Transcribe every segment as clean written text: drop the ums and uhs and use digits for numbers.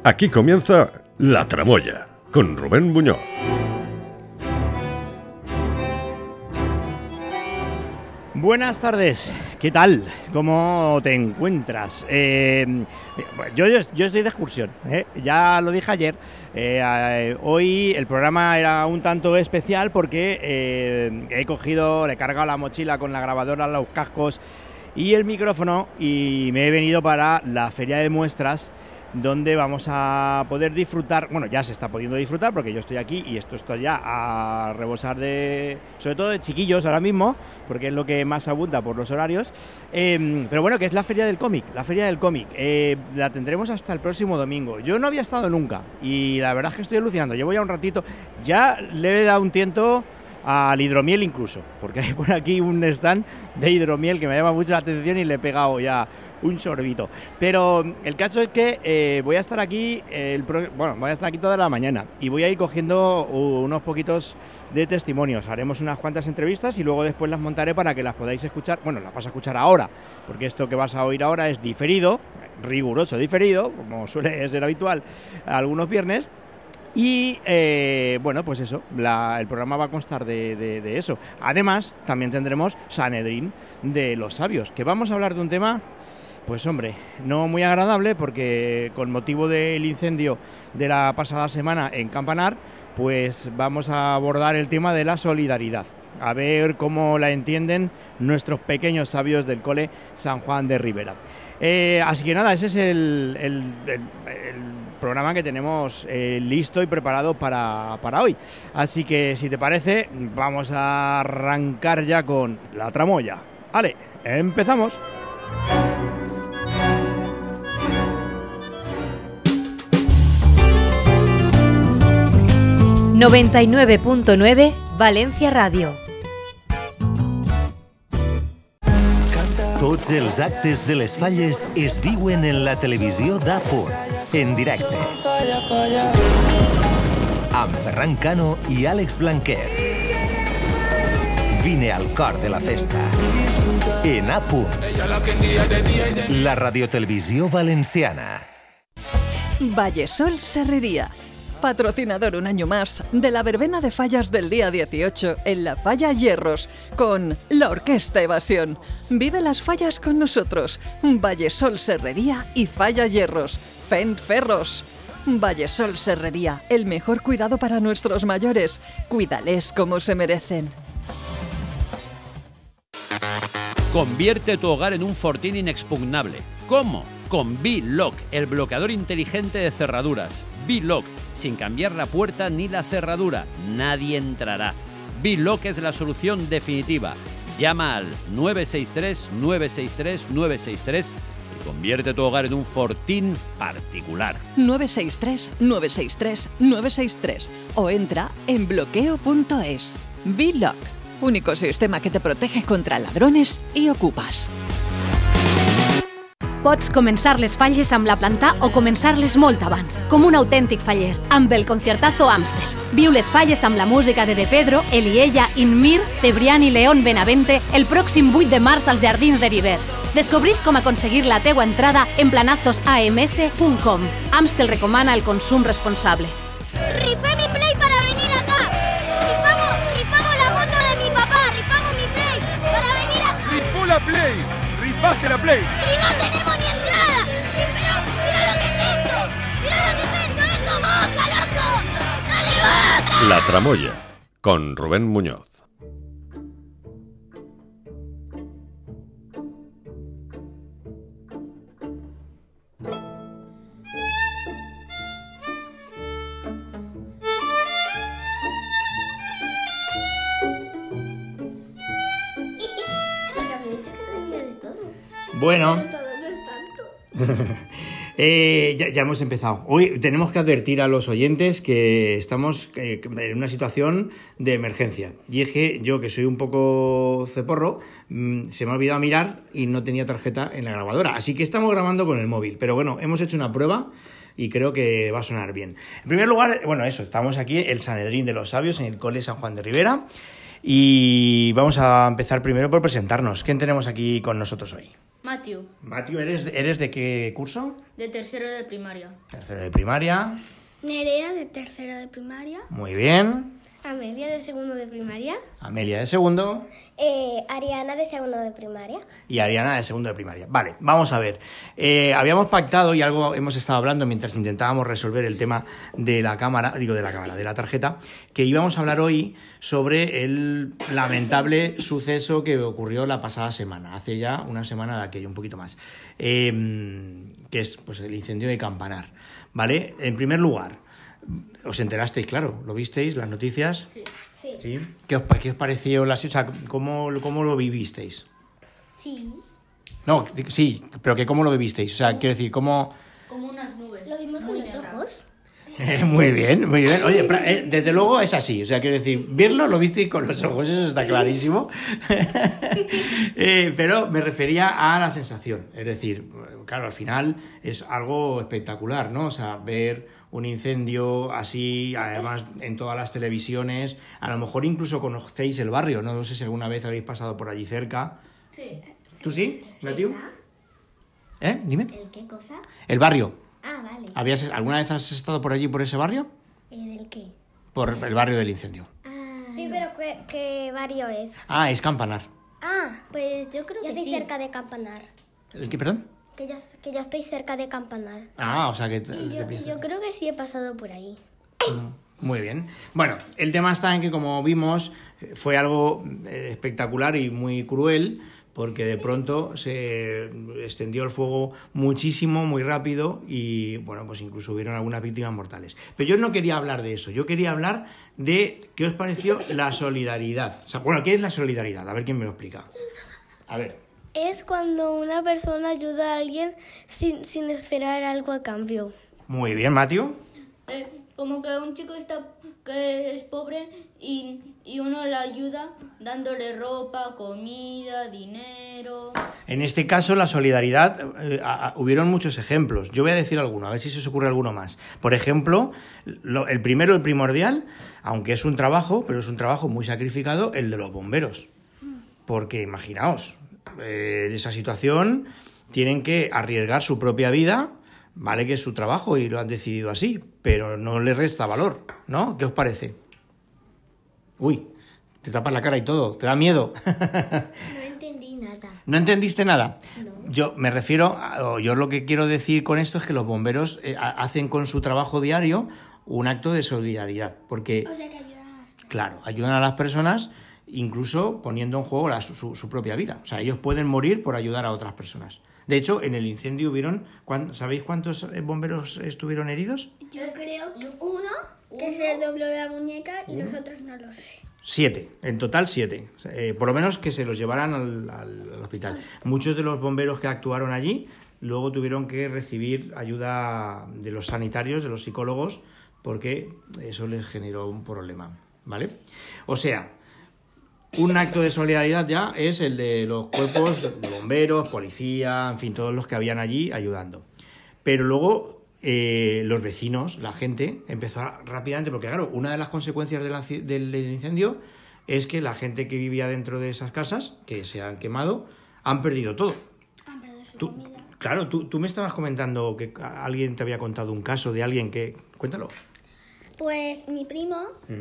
Aquí comienza La Tramoya, con Rubén Muñoz. Buenas tardes, ¿qué tal? ¿Cómo te encuentras? Yo estoy de excursión, ya lo dije ayer. Hoy el programa era un tanto especial porque le he cargado la mochila con la grabadora, los cascos y el micrófono y me he venido para la feria de muestras, donde vamos a poder disfrutar, bueno, ya se está pudiendo disfrutar porque yo estoy aquí y esto está ya a rebosar sobre todo de chiquillos ahora mismo, porque es lo que más abunda por los horarios, pero bueno, que es la feria del cómic, la tendremos hasta el próximo domingo. Yo no había estado nunca y la verdad es que estoy alucinando, llevo ya un ratito, ya le he dado un tiento al hidromiel incluso, porque hay por aquí un stand de hidromiel que me llama mucho la atención y le he pegado ya un sorbito. Pero el caso es que voy a estar aquí toda la mañana y voy a ir cogiendo unos poquitos de testimonios. Haremos unas cuantas entrevistas y luego después las montaré para que las podáis escuchar. Bueno, las vas a escuchar ahora, porque esto que vas a oír ahora es diferido, riguroso diferido, como suele ser habitual algunos viernes. Y bueno, pues eso, el programa va a constar de eso. Además, también tendremos Sanedrín de los Sabios, que vamos a hablar de un tema, pues hombre, no muy agradable, porque con motivo del incendio de la pasada semana en Campanar, pues vamos a abordar el tema de la solidaridad, a ver cómo la entienden nuestros pequeños sabios del cole San Juan de Ribera. Así que nada, ese es el programa que tenemos listo y preparado para hoy. Así que si te parece, vamos a arrancar ya con La Tramoya. Vale, empezamos. 99.9 Valencia Radio. Tots els actes de les falles es viuen en la televisió d'A-Punt, en directe. Amb Ferran Cano i Àlex Blanquer. Vine al cor de la festa. En A-Punt. La radiotelevisió valenciana. Vallesol Serrería. Patrocinador un año más de la verbena de fallas del día 18 en la Falla Hierros con la Orquesta Evasión. Vive las fallas con nosotros. Vallesol Serrería y Falla Hierros. Fent Ferros. Vallesol Serrería, el mejor cuidado para nuestros mayores. Cuídales como se merecen. Convierte tu hogar en un fortín inexpugnable. ¿Cómo? Con V-Lock, el bloqueador inteligente de cerraduras. V-Lock, sin cambiar la puerta ni la cerradura, nadie entrará. V-Lock es la solución definitiva. Llama al 963-963-963 y convierte tu hogar en un fortín particular. 963-963-963 o entra en bloqueo.es. V-Lock, único sistema que te protege contra ladrones i ocupes. Pots començar les falles amb la planta o començar-les molt abans, com un autèntic faller, amb el Conciertazo Amstel. Viu les falles amb la música de De Pedro, Eliella, Inmir, Cebrián i León Benavente el pròxim 8 de març als Jardins de Vivers. Descobrís com aconseguir la teua entrada en planazosams.com. Amstel recomana el consum responsable. ¡Rifé mi Play para venir acá! ¡Rifamos la moto de mi papá! ¡Rifamos mi Play para venir acá! ¡Rifó la Play! ¡Rifaste la Play! ¡Y no tenemos ni entrada! ¡Pero mira lo que es esto! ¡Mira lo que es esto! ¡Esto boca, loco! ¡Dale boca! La Tramoya, con Rubén Muñoz. Bueno, ya hemos empezado. Hoy tenemos que advertir a los oyentes que estamos en una situación de emergencia. Y es que yo, que soy un poco ceporro, se me ha olvidado mirar y no tenía tarjeta en la grabadora. Así que estamos grabando con el móvil. Pero bueno, hemos hecho una prueba y creo que va a sonar bien. En primer lugar, bueno, estamos aquí, el Sanedrín de los Sabios, en el cole San Juan de Ribera. Y vamos a empezar primero por presentarnos. ¿Quién tenemos aquí con nosotros hoy? Matthew. Matthew, ¿eres de qué curso? De tercero de primaria. Tercero de primaria. Nerea, de tercero de primaria. Muy bien. Amelia, de segundo de primaria. Amelia de segundo. Ariana, de segundo de primaria. Y Ariana de segundo de primaria. Vale, vamos a ver. Habíamos pactado y algo hemos estado hablando mientras intentábamos resolver el tema de la tarjeta, que íbamos a hablar hoy sobre el lamentable suceso que ocurrió la pasada semana, hace ya una semana de aquello, un poquito más, que es pues el incendio de Campanar, ¿vale? En primer lugar, os enterasteis, claro, ¿lo visteis, las noticias? Sí. ¿Qué os pareció o sea, cómo lo vivisteis? Sí. No, sí, pero que cómo lo vivisteis, o sea, quiero decir, cómo... Como unas nubes. Lo vimos con los ojos. Muy bien, muy bien. Oye, desde luego es así, o sea, quiero decir, verlo lo visteis con los ojos, eso está clarísimo. Pero me refería a la sensación, es decir, claro, al final es algo espectacular, ¿no? O sea, ver un incendio así, además en todas las televisiones, a lo mejor incluso conocéis el barrio, no sé si alguna vez habéis pasado por allí cerca. Sí. ¿Tú sí, Matthew? Dime. ¿El qué cosa? El barrio. Ah, vale. ¿Alguna vez has estado por allí, por ese barrio? ¿En el qué? Por el barrio del incendio. Sí, pero ¿qué barrio es? Ah, es Campanar. Pues yo creo que sí. Yo estoy cerca de Campanar. ¿El qué, perdón? Que yo estoy cerca de Campanar. O sea que... Yo creo que sí he pasado por ahí. Muy bien. Bueno, el tema está en que, como vimos, fue algo espectacular y muy cruel, porque de pronto se extendió el fuego muchísimo, muy rápido y, bueno, pues incluso hubieron algunas víctimas mortales. Pero yo no quería hablar de eso, yo quería hablar de qué os pareció la solidaridad. O sea, bueno, ¿qué es la solidaridad? A ver quién me lo explica. A ver. Es cuando una persona ayuda a alguien sin esperar algo a cambio. Muy bien, Matthew. Como que un chico que es pobre y uno le ayuda dándole ropa, comida, dinero. En este caso, la solidaridad, hubieron muchos ejemplos. Yo voy a decir alguno, a ver si se os ocurre alguno más. Por ejemplo, el primordial, aunque es un trabajo, pero es un trabajo muy sacrificado, el de los bomberos. Porque imaginaos, en esa situación tienen que arriesgar su propia vida. Vale que es su trabajo y lo han decidido así, pero no le resta valor, ¿no? ¿Qué os parece? Uy, te tapas la cara y todo, ¿te da miedo? No entendí nada. ¿No entendiste nada? No. Yo me refiero, yo lo que quiero decir con esto es que los bomberos hacen con su trabajo diario un acto de solidaridad, porque... O sea, que ayudan a las personas. Claro, ayudan a las personas incluso poniendo en juego su propia vida. O sea, ellos pueden morir por ayudar a otras personas. De hecho, en el incendio hubieron... ¿Sabéis cuántos bomberos estuvieron heridos? Yo creo que uno que se dobló la muñeca y los otros no lo sé. 7, en total 7. Por lo menos que se los llevaran al hospital. Muchos de los bomberos que actuaron allí luego tuvieron que recibir ayuda de los sanitarios, de los psicólogos, porque eso les generó un problema, ¿vale? O sea... Un acto de solidaridad ya es el de los cuerpos de bomberos, policía, en fin, todos los que habían allí ayudando. Pero luego los vecinos, la gente, empezó rápidamente, porque claro, una de las consecuencias del incendio es que la gente que vivía dentro de esas casas, que se han quemado, han perdido todo. Han perdido su comida. Claro, tú me estabas comentando que alguien te había contado un caso de alguien que... Cuéntalo. Pues mi primo...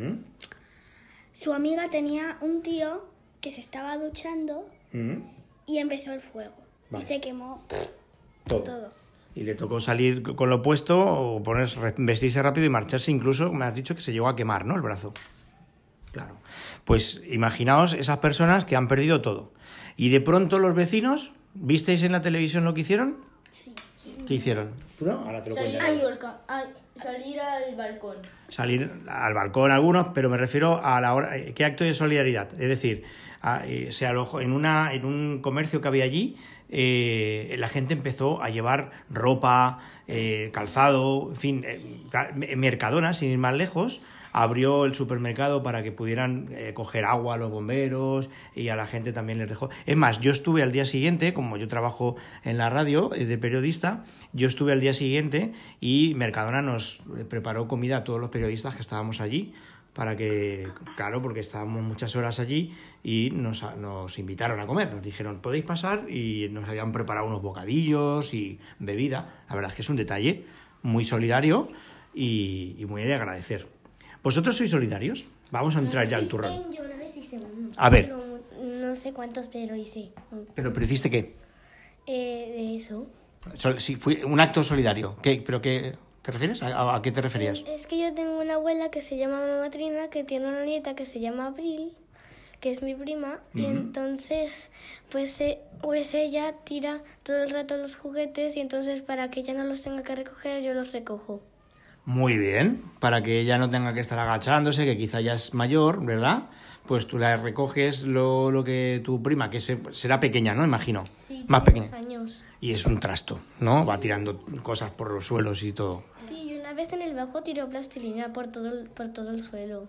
Su amiga tenía un tío que se estaba duchando y empezó el fuego. Vale. Y se quemó todo. Y le tocó salir con lo puesto o vestirse rápido y marcharse. Incluso me has dicho que se llegó a quemar, ¿no? El brazo. Claro. Pues imaginaos esas personas que han perdido todo. Y de pronto los vecinos, ¿visteis en la televisión lo que hicieron? Sí. ¿Qué hicieron? ¿Tú no? Ahora te lo cuento. Salir al balcón. Salir al balcón algunos, pero me refiero a la hora... ¿Qué acto de solidaridad? Es decir, se alojó en un comercio que había allí, la gente empezó a llevar ropa, calzado, en fin, Mercadona, sin ir más lejos, abrió el supermercado para que pudieran coger agua a los bomberos y a la gente también les dejó. Es más, yo estuve al día siguiente, como yo trabajo en la radio de periodista, yo estuve al día siguiente y Mercadona nos preparó comida a todos los periodistas que estábamos allí, para que, claro, porque estábamos muchas horas allí y nos invitaron a comer, nos dijeron, podéis pasar, y nos habían preparado unos bocadillos y bebida. La verdad es que es un detalle muy solidario y muy de agradecer. ¿Vosotros sois solidarios? Vamos a entrar ya al turrón. Yo una vez hice uno. A ver. No sé cuántos, pero hice. ¿Pero hiciste qué? De eso. Sí, fue un acto solidario. ¿Pero qué te refieres? ¿A qué te referías? Es que yo tengo una abuela que se llama Mamá Trina, que tiene una nieta que se llama Abril, que es mi prima, y entonces pues ella tira todo el rato los juguetes, y entonces para que ella no los tenga que recoger, yo los recojo. Muy bien, para que ella no tenga que estar agachándose, que quizá ya es mayor, ¿verdad? Pues tú la recoges lo que tu prima, que será pequeña, ¿no? Imagino. Sí, más pequeña. 2 años. Y es un trasto, ¿no? Va tirando cosas por los suelos y todo. Sí, y una vez en el bajo tiró plastilina por todo el suelo.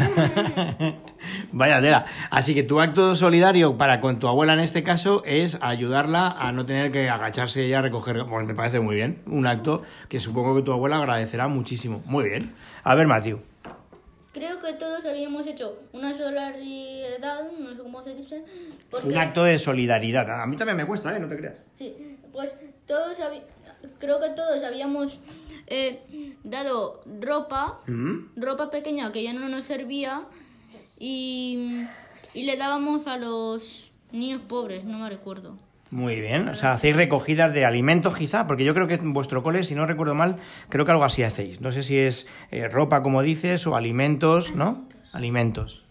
Vaya tela. Así que tu acto solidario con tu abuela en este caso es ayudarla a no tener que agacharse ella a recoger. Pues me parece muy bien. Un acto que supongo que tu abuela agradecerá muchísimo. Muy bien. A ver, Matthew. Creo que todos habíamos hecho una solidaridad, no sé cómo se dice. Un acto de solidaridad. A mí también me cuesta, no te creas. Sí, pues creo que todos habíamos dado ropa pequeña que ya no nos servía, y le dábamos a los niños pobres, no me recuerdo. Muy bien, o sea, hacéis recogidas de alimentos quizá, porque yo creo que en vuestro cole, si no recuerdo mal, creo que algo así hacéis. No sé si es ropa, como dices, o alimentos, ¿no? Alimentos.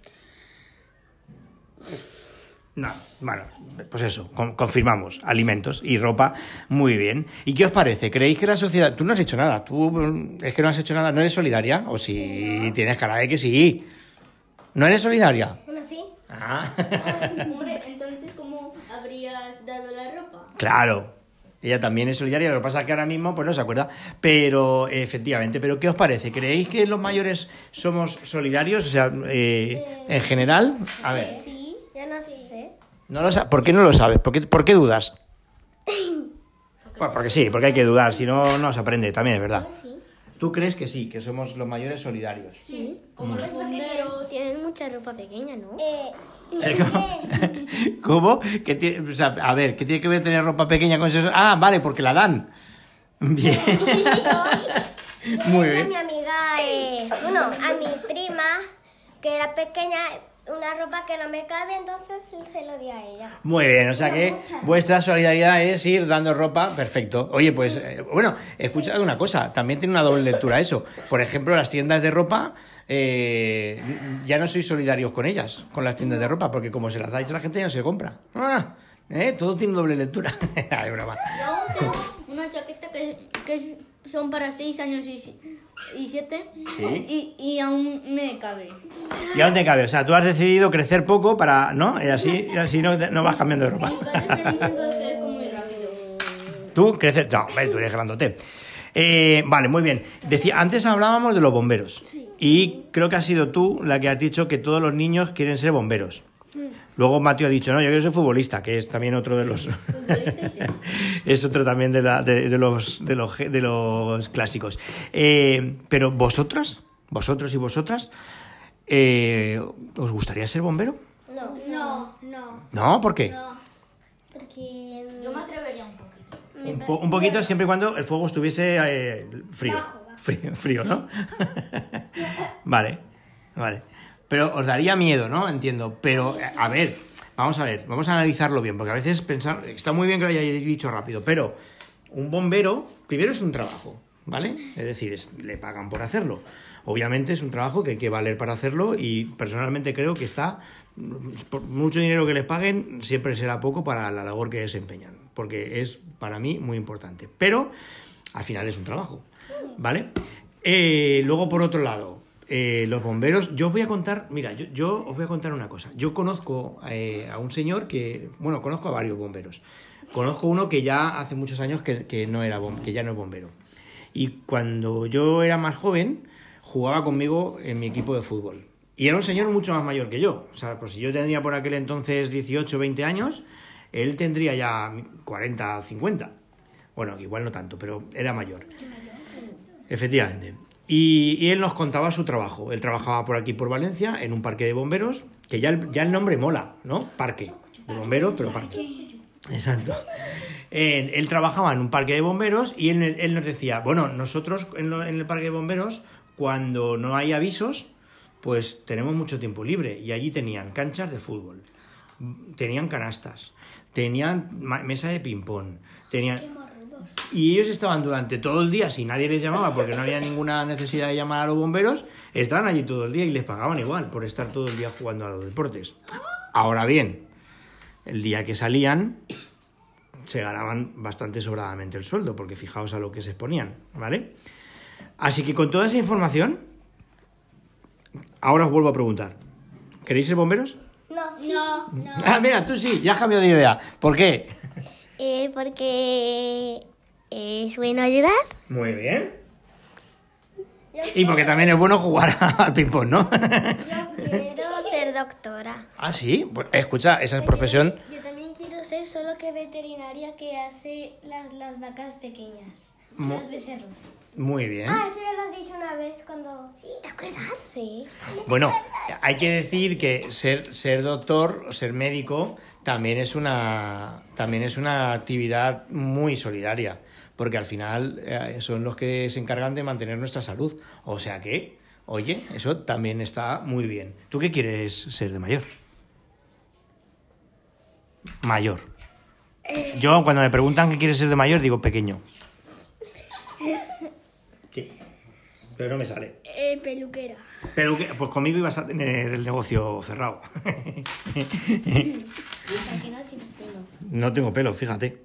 No, bueno, pues eso, confirmamos, alimentos y ropa, muy bien. ¿Y qué os parece? ¿Creéis que la sociedad... Tú no has hecho nada, es que no has hecho nada, ¿no eres solidaria? ¿O sí? Tienes cara de que sí. ¿No eres solidaria? Bueno, sí. Ah. Hombre, entonces, ¿cómo habrías dado la ropa? Claro, ella también es solidaria, lo que pasa es que ahora mismo pues no se acuerda, pero efectivamente, ¿pero qué os parece? ¿Creéis que los mayores somos solidarios? O sea, en general, a ver. Sí, ya no sé. ¿Por qué no lo sabes? ¿Por qué dudas? Pues porque sí, porque hay que dudar, si no, no se aprende, también es verdad. ¿Tú crees que sí, que somos los mayores solidarios? Sí. Como los bomberos. Tienen mucha ropa pequeña, ¿no? ¿Cómo? O sea, a ver, ¿qué tiene que ver tener ropa pequeña con eso? Ah, vale, porque la dan. Bien. Muy bien. A mi amiga, a mi prima, que era pequeña, una ropa que no me cabe, entonces se lo di a ella. Muy bien, o sea que vuestra solidaridad es ir dando ropa, perfecto. Oye, pues, bueno, escuchad una cosa, también tiene una doble lectura eso. Por ejemplo, las tiendas de ropa, ya no sois solidarios con ellas, con las tiendas de ropa, porque como se las dais a la gente ya no se compra. Todo tiene doble lectura. Ay, broma. Yo aún tengo una chaqueta que son para 6 años y 7, ¿sí? y aún me cabe. Y aún te cabe, o sea, tú has decidido crecer poco para, ¿no? Y así no vas cambiando de ropa. Mis padres me dicen que crezco muy rápido. ¿Tú creces? No, tú eres grandote. Vale, muy bien. Antes hablábamos de los bomberos. Sí. Y creo que has sido tú la que has dicho que todos los niños quieren ser bomberos. Luego Mateo ha dicho, no, yo quiero ser futbolista, que es también otro de los... es otro también de los clásicos. Pero vosotros y vosotras, ¿os gustaría ser bombero? No. ¿No? ¿Por qué? No, porque... Yo me atrevería un poquito. Un poquito siempre y cuando el fuego estuviese frío. Frío, ¿no? Vale. Pero os daría miedo, ¿no? Entiendo. Pero, a ver, vamos a analizarlo bien, porque a veces pensar, está muy bien que lo hayáis dicho rápido, pero un bombero, primero es un trabajo, ¿vale? Es decir, le pagan por hacerlo. Obviamente es un trabajo que hay que valer para hacerlo y personalmente creo que por mucho dinero que les paguen, siempre será poco para la labor que desempeñan, porque es, para mí, muy importante. Pero, al final es un trabajo, ¿vale? Luego, por otro lado, los bomberos, yo os voy a contar, mira, yo os voy a contar una cosa. Yo conozco a un señor conozco a varios bomberos. Conozco uno que ya hace muchos años que ya no es bombero. Y cuando yo era más joven, jugaba conmigo en mi equipo de fútbol. Y era un señor mucho más mayor que yo. O sea, pues si yo tenía por aquel entonces 18, 20 años, él tendría ya 40, 50. Bueno, igual no tanto, pero era mayor. Efectivamente. Y él nos contaba su trabajo. Él trabajaba por aquí, por Valencia, en un parque de bomberos, que ya el nombre mola, ¿no? Parque de bomberos, pero parque. Exacto. Él trabajaba en un parque de bomberos y él nos decía, bueno, nosotros en el parque de bomberos, cuando no hay avisos, pues tenemos mucho tiempo libre. Y allí tenían canchas de fútbol, tenían canastas, tenían mesa de ping-pong, tenían... Y ellos estaban durante todo el día, si nadie les llamaba, porque no había ninguna necesidad de llamar a los bomberos, estaban allí todo el día y les pagaban igual por estar todo el día jugando a los deportes. Ahora bien, el día que salían se ganaban bastante sobradamente el sueldo, porque fijaos a lo que se exponían, ¿vale? Así que con toda esa información, ahora os vuelvo a preguntar, ¿queréis ser bomberos? No. Ah, mira, tú sí, ya has cambiado de idea. ¿Por qué? Porque es bueno ayudar. Muy bien. Y porque también es bueno jugar al ping-pong, ¿no? Yo quiero ser doctora. Ah, sí. Pues, escucha, esa es profesión. Yo también quiero ser solo que veterinaria que hace las vacas pequeñas. Los becerros. Muy bien. Eso ya lo has dicho una vez cuando... Sí, ¿te acuerdas? Sí. Bueno, hay que decir que ser doctor o ser médico también es una actividad muy solidaria, porque al final son los que se encargan de mantener nuestra salud. O sea que, oye, eso también está muy bien. ¿Tú qué quieres ser de mayor? Mayor. Yo cuando me preguntan qué quieres ser de mayor digo pequeño. Sí, pero no me sale. Peluquera. Pues conmigo ibas a tener el negocio cerrado. No tengo pelo, fíjate.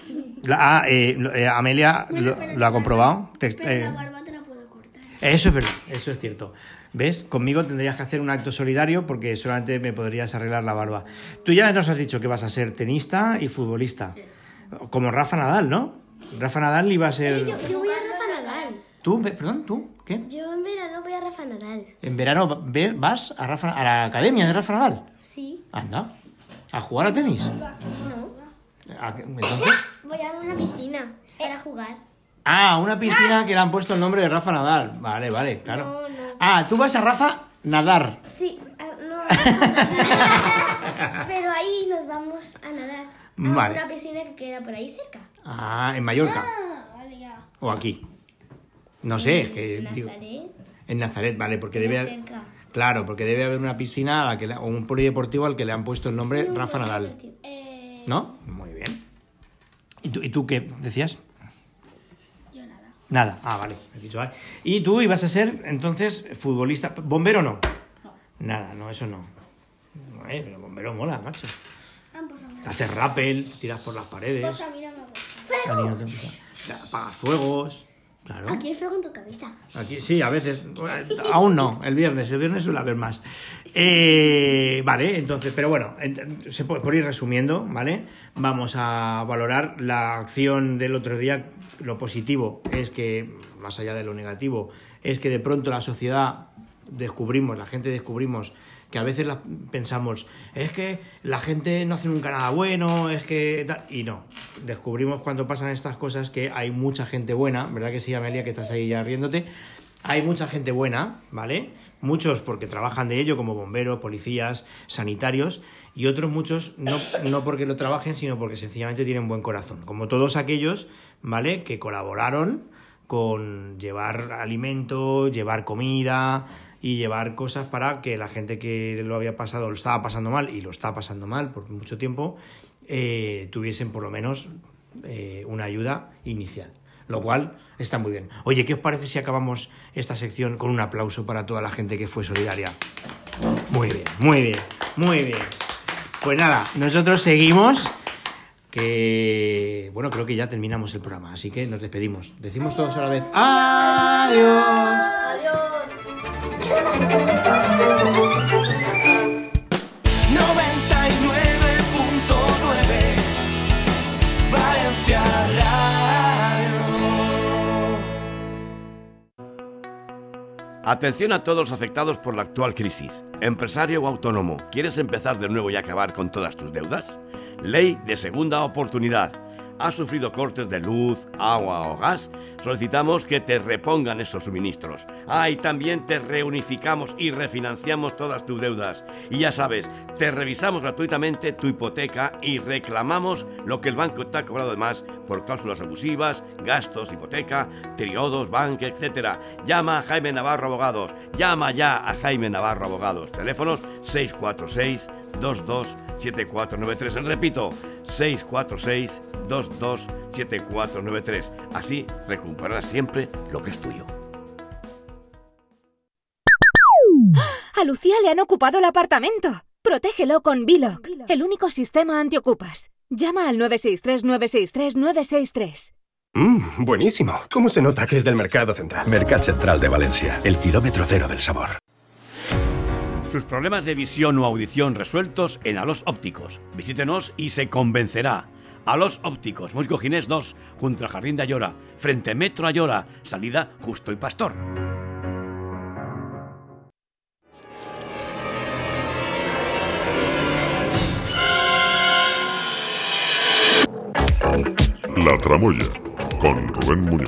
Amelia lo ha comprobado. Pero la barba te la puedo cortar. Eso es verdad, eso es cierto. ¿Ves? Conmigo tendrías que hacer un acto solidario porque solamente me podrías arreglar la barba. Tú ya nos has dicho que vas a ser tenista y futbolista. Sí. Como Rafa Nadal, ¿no? Rafa Nadal iba a ser... Yo voy a Rafa Nadal. ¿Tú? Perdón, ¿tú? ¿Qué? Yo en verano voy a Rafa Nadal. ¿En verano vas a la academia de Rafa Nadal? Sí. Anda. ¿A jugar a tenis? No. ¿Entonces? Voy a una piscina para jugar. Ah, una piscina que le han puesto el nombre de Rafa Nadal. Vale, claro. No. Ah, tú vas a Rafa Nadar. Sí, no. Pero ahí nos vamos a nadar. Vale. Una piscina que queda por ahí cerca. Ah, en Mallorca. Vale, ya. O aquí. No sé, es que... ¿En Nazaret? En Nazaret, vale, porque debe haber... Cerca. Claro, porque debe haber una piscina o un polideportivo al que le han puesto el nombre Rafa Nadal. ¿No? Muy bien. ¿Y tú qué decías? Yo nada. Nada. Ah, vale. He dicho, vale. ¿Y tú ibas a ser, entonces, futbolista? ¿Bombero no? No. Nada, no, eso no. Pero bombero mola, macho. Te haces rappel, tiras por las paredes. Pues a mí no me gusta. Apagas fuegos. Claro. Aquí hay fuego en tu cabeza. Aquí sí, a veces. Aún no, el viernes suele haber más. Vale, entonces, pero bueno, por ir resumiendo, ¿vale? Vamos a valorar la acción del otro día. Lo positivo es que, más allá de lo negativo, es que de pronto la sociedad la gente descubrimos que a veces pensamos, es que la gente no hace nunca nada bueno, es que... Y no, descubrimos cuando pasan estas cosas que hay mucha gente buena, ¿verdad que sí, Amelia, que estás ahí ya riéndote? Hay mucha gente buena, ¿vale? Muchos porque trabajan de ello, como bomberos, policías, sanitarios, y otros muchos no porque lo trabajen, sino porque sencillamente tienen buen corazón, como todos aquellos, ¿vale?, que colaboraron con llevar alimento, llevar comida... y llevar cosas para que la gente que lo estaba pasando mal, y lo está pasando mal por mucho tiempo, tuviesen por lo menos una ayuda inicial. Lo cual está muy bien. Oye, ¿qué os parece si acabamos esta sección con un aplauso para toda la gente que fue solidaria? Muy bien. Pues nada, nosotros seguimos, que bueno, creo que ya terminamos el programa, así que nos despedimos. Decimos todos a la vez, ¡adiós! Atención a todos los afectados por la actual crisis. Empresario o autónomo, ¿quieres empezar de nuevo y acabar con todas tus deudas? Ley de segunda oportunidad. ¿Has sufrido cortes de luz, agua o gas? Solicitamos que te repongan estos suministros. Y también te reunificamos y refinanciamos todas tus deudas. Y ya sabes, te revisamos gratuitamente tu hipoteca y reclamamos lo que el banco te ha cobrado de más por cláusulas abusivas, gastos, hipoteca, triodos, banque, etc. Llama a Jaime Navarro Abogados. Llama ya a Jaime Navarro Abogados. Teléfonos 646-227493. Repito, 646-227493. Así recuperarás siempre lo que es tuyo. A Lucía le han ocupado el apartamento. Protégelo con B-Lock, el único sistema antiocupas. Llama al 963-963-963. Buenísimo. ¿Cómo se nota que es del Mercado Central? Mercat Central de Valencia, el kilómetro cero del sabor. Sus problemas de visión o audición resueltos en Alos Ópticos. Visítenos y se convencerá. Alos Ópticos, Moix Ginés 2, junto al Jardín de Ayora, frente Metro Ayora, salida Justo y Pastor. La Tramoya, con Rubén Muñoz.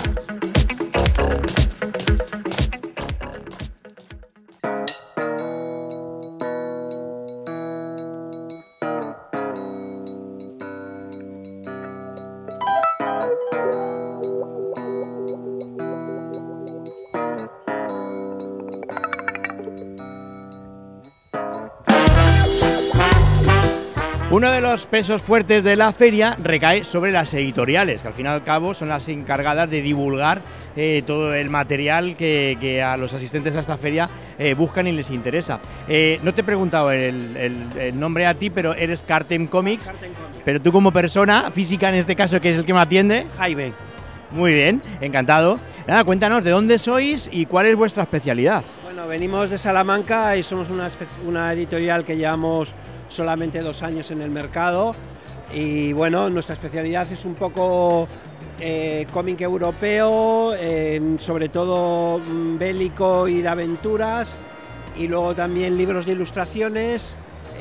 Uno de los pesos fuertes de la feria recae sobre las editoriales, que al fin y al cabo son las encargadas de divulgar todo el material que a los asistentes a esta feria buscan y les interesa. No te he preguntado el nombre a ti, pero eres Cartem Comics, pero tú como persona física en este caso, que es el que me atiende. Jaime. Muy bien, encantado. Nada, cuéntanos de dónde sois y cuál es vuestra especialidad. Bueno, venimos de Salamanca y somos una editorial que llevamos solamente 2 años en el mercado y bueno, nuestra especialidad es un poco cómic europeo, sobre todo bélico y de aventuras, y luego también libros de ilustraciones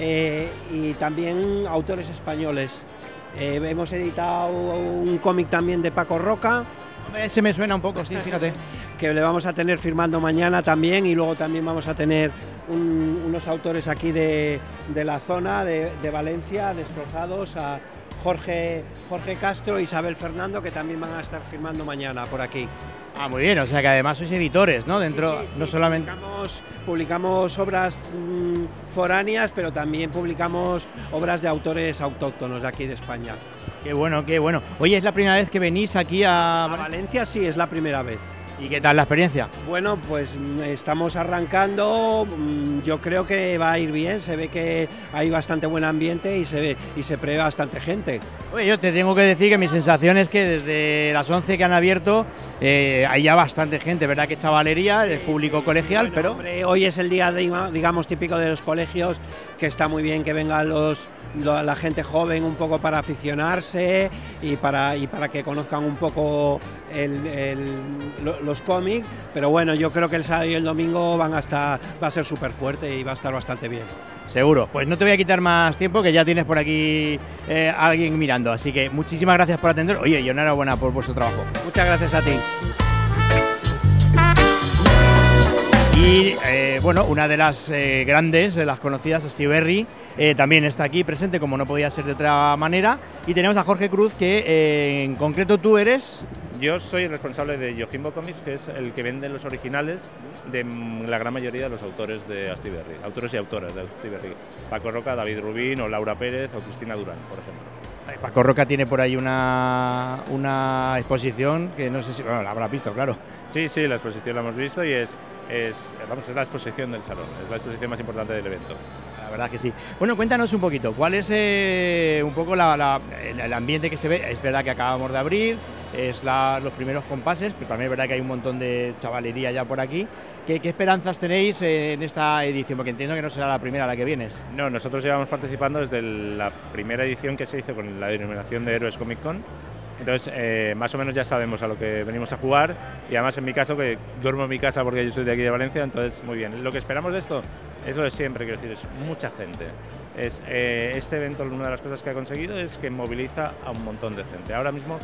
y también autores españoles. Hemos editado un cómic también de Paco Roca. Ese me suena un poco, sí, fíjate. Que le vamos a tener firmando mañana también, y luego también vamos a tener unos autores aquí de la zona de Valencia, destrozados, a Jorge Castro e Isabel Fernando, que también van a estar firmando mañana por aquí. Ah, muy bien, o sea que además sois editores, ¿no? Dentro, sí, no solamente... Publicamos obras foráneas, pero también publicamos obras de autores autóctonos de aquí de España. Qué bueno, qué bueno. Oye, ¿es la primera vez que venís aquí a Valencia? Sí, es la primera vez. ¿Y qué tal la experiencia? Bueno, pues estamos arrancando, yo creo que va a ir bien, se ve que hay bastante buen ambiente y se prevé bastante gente. Oye, yo te tengo que decir que mi sensación es que desde las 11 que han abierto hay ya bastante gente, ¿verdad? Que chavalería, es público colegial, bueno, pero... Hombre, hoy es el día, digamos, típico de los colegios, que está muy bien que vengan la gente joven un poco para aficionarse y para que conozcan un poco los cómics, pero bueno, yo creo que el sábado y el domingo va a ser súper fuerte y va a estar bastante bien. Seguro. Pues no te voy a quitar más tiempo, que ya tienes por aquí alguien mirando, así que muchísimas gracias por atender. Oye, y enhorabuena por vuestro trabajo. Muchas gracias a ti. Y bueno, una de las grandes, de las conocidas, Astiberri, también está aquí presente, como no podía ser de otra manera. Y tenemos a Jorge Cruz, que en concreto tú eres... Yo soy el responsable de Yojimbo Comics, que es el que vende los originales de la gran mayoría de los autores de Astiberri, autores y autoras de Astiberri. Paco Roca, David Rubín, o Laura Pérez, o Cristina Durán, por ejemplo. Paco Roca tiene por ahí una exposición que no sé si... Bueno, la habrás visto, claro. Sí, la exposición la hemos visto y es la exposición del salón, es la exposición más importante del evento. La verdad que sí. Bueno, cuéntanos un poquito, ¿cuál es un poco el ambiente que se ve? Es verdad que acabamos de abrir, es los primeros compases, pero también es verdad que hay un montón de chavalería ya por aquí. ¿Qué esperanzas tenéis en esta edición? Porque entiendo que no será la primera a la que vienes. No, nosotros llevamos participando desde la primera edición que se hizo con la denominación de Héroes Comic Con, Entonces, más o menos ya sabemos a lo que venimos a jugar y además en mi caso, que duermo en mi casa porque yo soy de aquí de Valencia, entonces muy bien. Lo que esperamos de esto es lo de siempre, quiero decir, es mucha gente. Este evento, una de las cosas que ha conseguido es que moviliza a un montón de gente. Ahora mismo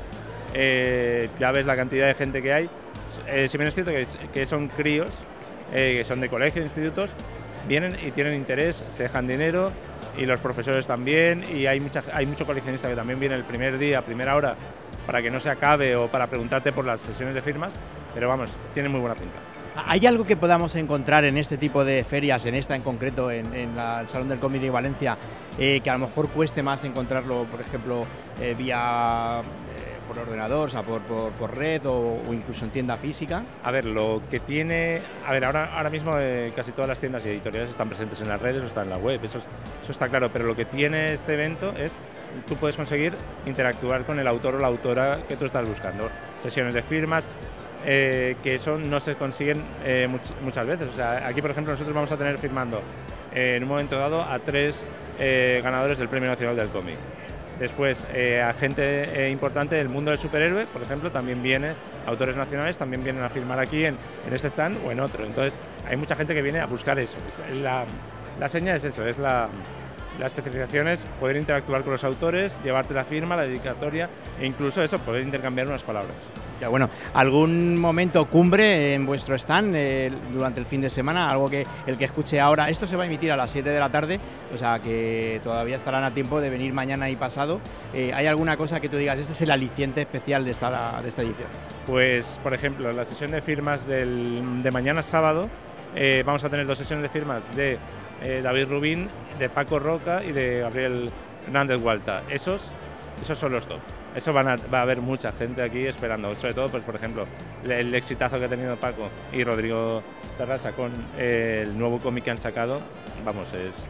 ya ves la cantidad de gente que hay. Si bien es cierto que son críos, que son de colegios, institutos, vienen y tienen interés, se dejan dinero y los profesores también, y hay mucho coleccionista que también viene el primer día, primera hora, para que no se acabe o para preguntarte por las sesiones de firmas, pero vamos, tiene muy buena pinta. ¿Hay algo que podamos encontrar en este tipo de ferias, en esta en concreto, en el Salón del Cómic de Valencia, que a lo mejor cueste más encontrarlo, por ejemplo, vía por ordenador, o sea, por red o incluso en tienda física? A ver, lo que tiene... A ver, ahora mismo casi todas las tiendas y editoriales están presentes en las redes o están en la web, eso está claro, pero lo que tiene este evento es tú puedes conseguir interactuar con el autor o la autora que tú estás buscando. Sesiones de firmas, que eso no se consiguen muchas veces. O sea, aquí, por ejemplo, nosotros vamos a tener firmando en un momento dado a 3 ganadores del Premio Nacional del Cómic. Después, a gente importante del mundo del superhéroe, por ejemplo, también viene, autores nacionales también vienen a firmar aquí en este stand o en otro. Entonces, hay mucha gente que viene a buscar eso. La seña es eso, es la especialización es poder interactuar con los autores, llevarte la firma, la dedicatoria e incluso eso, poder intercambiar unas palabras. Ya, bueno, ¿algún momento cumbre en vuestro stand durante el fin de semana? Algo que el que escuche ahora, esto se va a emitir a las 7 de la tarde, o sea que todavía estarán a tiempo de venir mañana y pasado. ¿Hay alguna cosa que tú digas, este es el aliciente especial de esta edición? Pues, por ejemplo, la sesión de firmas de mañana sábado, vamos a tener 2 sesiones de firmas de David Rubin, de Paco Roca y de Gabriel Hernández Gualta. Esos son los top. Eso va a haber mucha gente aquí esperando, sobre todo, pues por ejemplo, el exitazo que ha tenido Paco y Rodrigo Terrasa con el nuevo cómic que han sacado, vamos,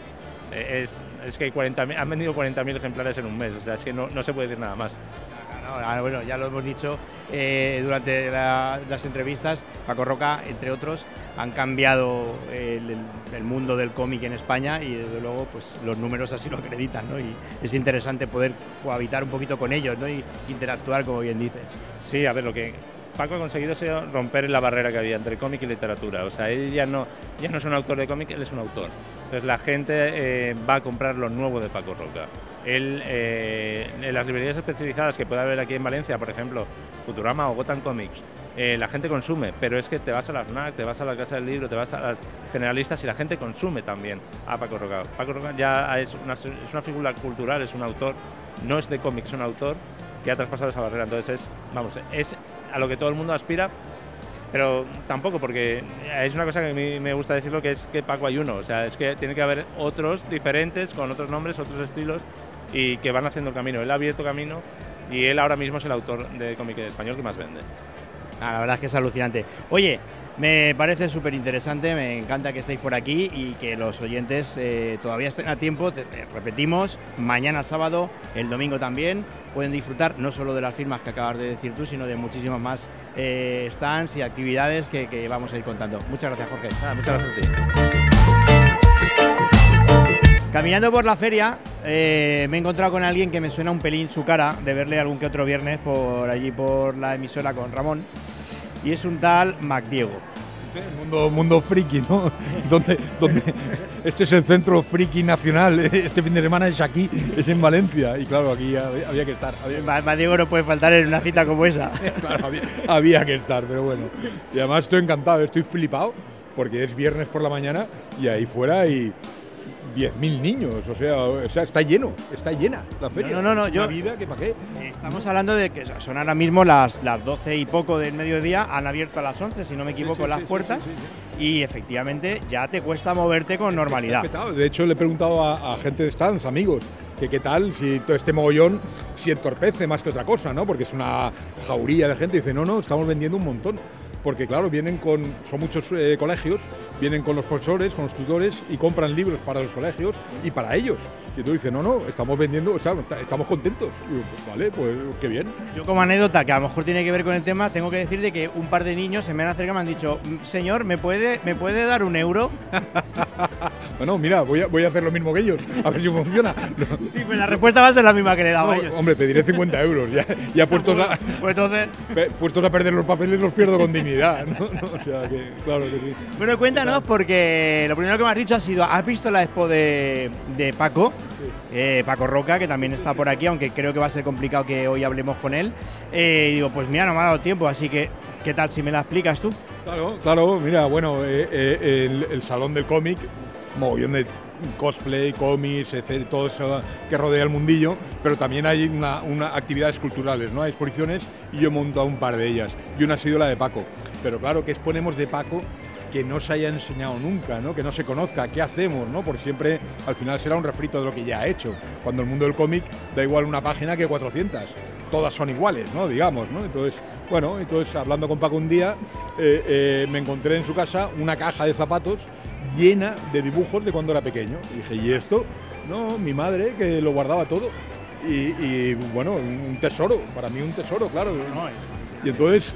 es que han vendido 40.000 ejemplares en un mes, o sea, es que no se puede decir nada más. Bueno, ya lo hemos dicho durante las entrevistas, Paco Roca, entre otros, han cambiado el mundo del cómic en España y desde luego pues los números así lo acreditan, ¿no? Y es interesante poder cohabitar un poquito con ellos, ¿no? Y interactuar, como bien dices. Sí, a ver, lo que Paco ha conseguido es romper la barrera que había entre cómic y literatura. O sea, él ya no es un autor de cómic, él es un autor. Entonces la gente va a comprar lo nuevo de Paco Roca. Él, en las librerías especializadas que puede haber aquí en Valencia, por ejemplo, Futurama o Gotham Comics, la gente consume, pero es que te vas a la FNAC, te vas a la Casa del Libro, te vas a las generalistas y la gente consume también a Paco Roca. Paco Roca ya es una figura cultural, es un autor, no es de cómics, es un autor que ha traspasado esa barrera. Entonces es a lo que todo el mundo aspira, pero tampoco, porque es una cosa que a mí me gusta decirlo, que es que Paco hay uno, o sea, es que tiene que haber otros diferentes, con otros nombres, otros estilos, y que van haciendo el camino. Él ha abierto camino y él ahora mismo es el autor de cómic español que más vende. La verdad es que es alucinante. Oye, me parece súper interesante, me encanta que estéis por aquí y que los oyentes todavía estén a tiempo. Repetimos, mañana sábado, el domingo también, pueden disfrutar no solo de las firmas que acabas de decir tú, sino de muchísimos más stands y actividades que vamos a ir contando. Muchas gracias, Jorge. Muchas gracias a ti. Caminando por la feria, me he encontrado con alguien que me suena un pelín su cara, de verle algún que otro viernes por allí por la emisora con Ramón, y es un tal MacDiego. Mundo friki, ¿no? donde este es el centro friki nacional. Este fin de semana es aquí, es en Valencia, y claro, aquí había que estar. MacDiego no puede faltar en una cita como esa. Claro, había que estar, pero bueno. Y además estoy encantado, estoy flipado, porque es viernes por la mañana y ahí fuera hay 10.000 niños, o sea, está llena la feria. No, yo vida que para qué. Estamos hablando de que son ahora mismo las 12 y poco del mediodía, han abierto a las 11, si no me equivoco, las puertas, y efectivamente ya te cuesta moverte con normalidad. De hecho, le he preguntado a gente de stands, amigos, que qué tal, si todo este mogollón si entorpece más que otra cosa, ¿no? Porque es una jauría de gente, y dice, no, estamos vendiendo un montón. porque claro, son muchos colegios, vienen con los profesores, con los tutores y compran libros para los colegios y para ellos. Y tú dices, no, estamos vendiendo, estamos contentos. Y yo, pues vale, pues qué bien. Yo como anécdota, que a lo mejor tiene que ver con el tema, tengo que decir de que un par de niños se me han acercado y me han dicho, señor, ¿me puede dar un euro? Bueno, mira, voy a hacer lo mismo que ellos, a ver si funciona. Sí, pues la respuesta va a ser la misma que le daba a ellos. Hombre, pediré 50 euros, ya puestos a perder los papeles los pierdo con dignidad, ¿no? O sea, que claro que sí. Bueno, cuéntanos, porque lo primero que me has dicho ha sido, ¿has visto la expo de Paco? Sí. Paco Roca, que también está por aquí, aunque creo que va a ser complicado que hoy hablemos con él. Y digo, pues mira, no me ha dado tiempo, así que, ¿qué tal si me la explicas tú? Claro, mira, bueno, el Salón del Cómic, mogollón de cosplay, cómics, etc., todo eso que rodea el mundillo, pero también hay una actividades culturales, ¿no? Hay exposiciones y yo he montado un par de ellas, y una ha sido la de Paco. Pero claro, ¿qué exponemos de Paco que no se haya enseñado nunca, ¿no? Que no se conozca? ¿Qué hacemos, no? Porque siempre al final será un refrito de lo que ya ha hecho. Cuando el mundo del cómic da igual una página que 400, todas son iguales, ¿no? Digamos, ¿no? Entonces hablando con Paco un día, me encontré en su casa una caja de zapatos llena de dibujos de cuando era pequeño. Y dije, ¿y esto? No, mi madre, que lo guardaba todo. Y bueno, un tesoro, para mí un tesoro, claro. Y entonces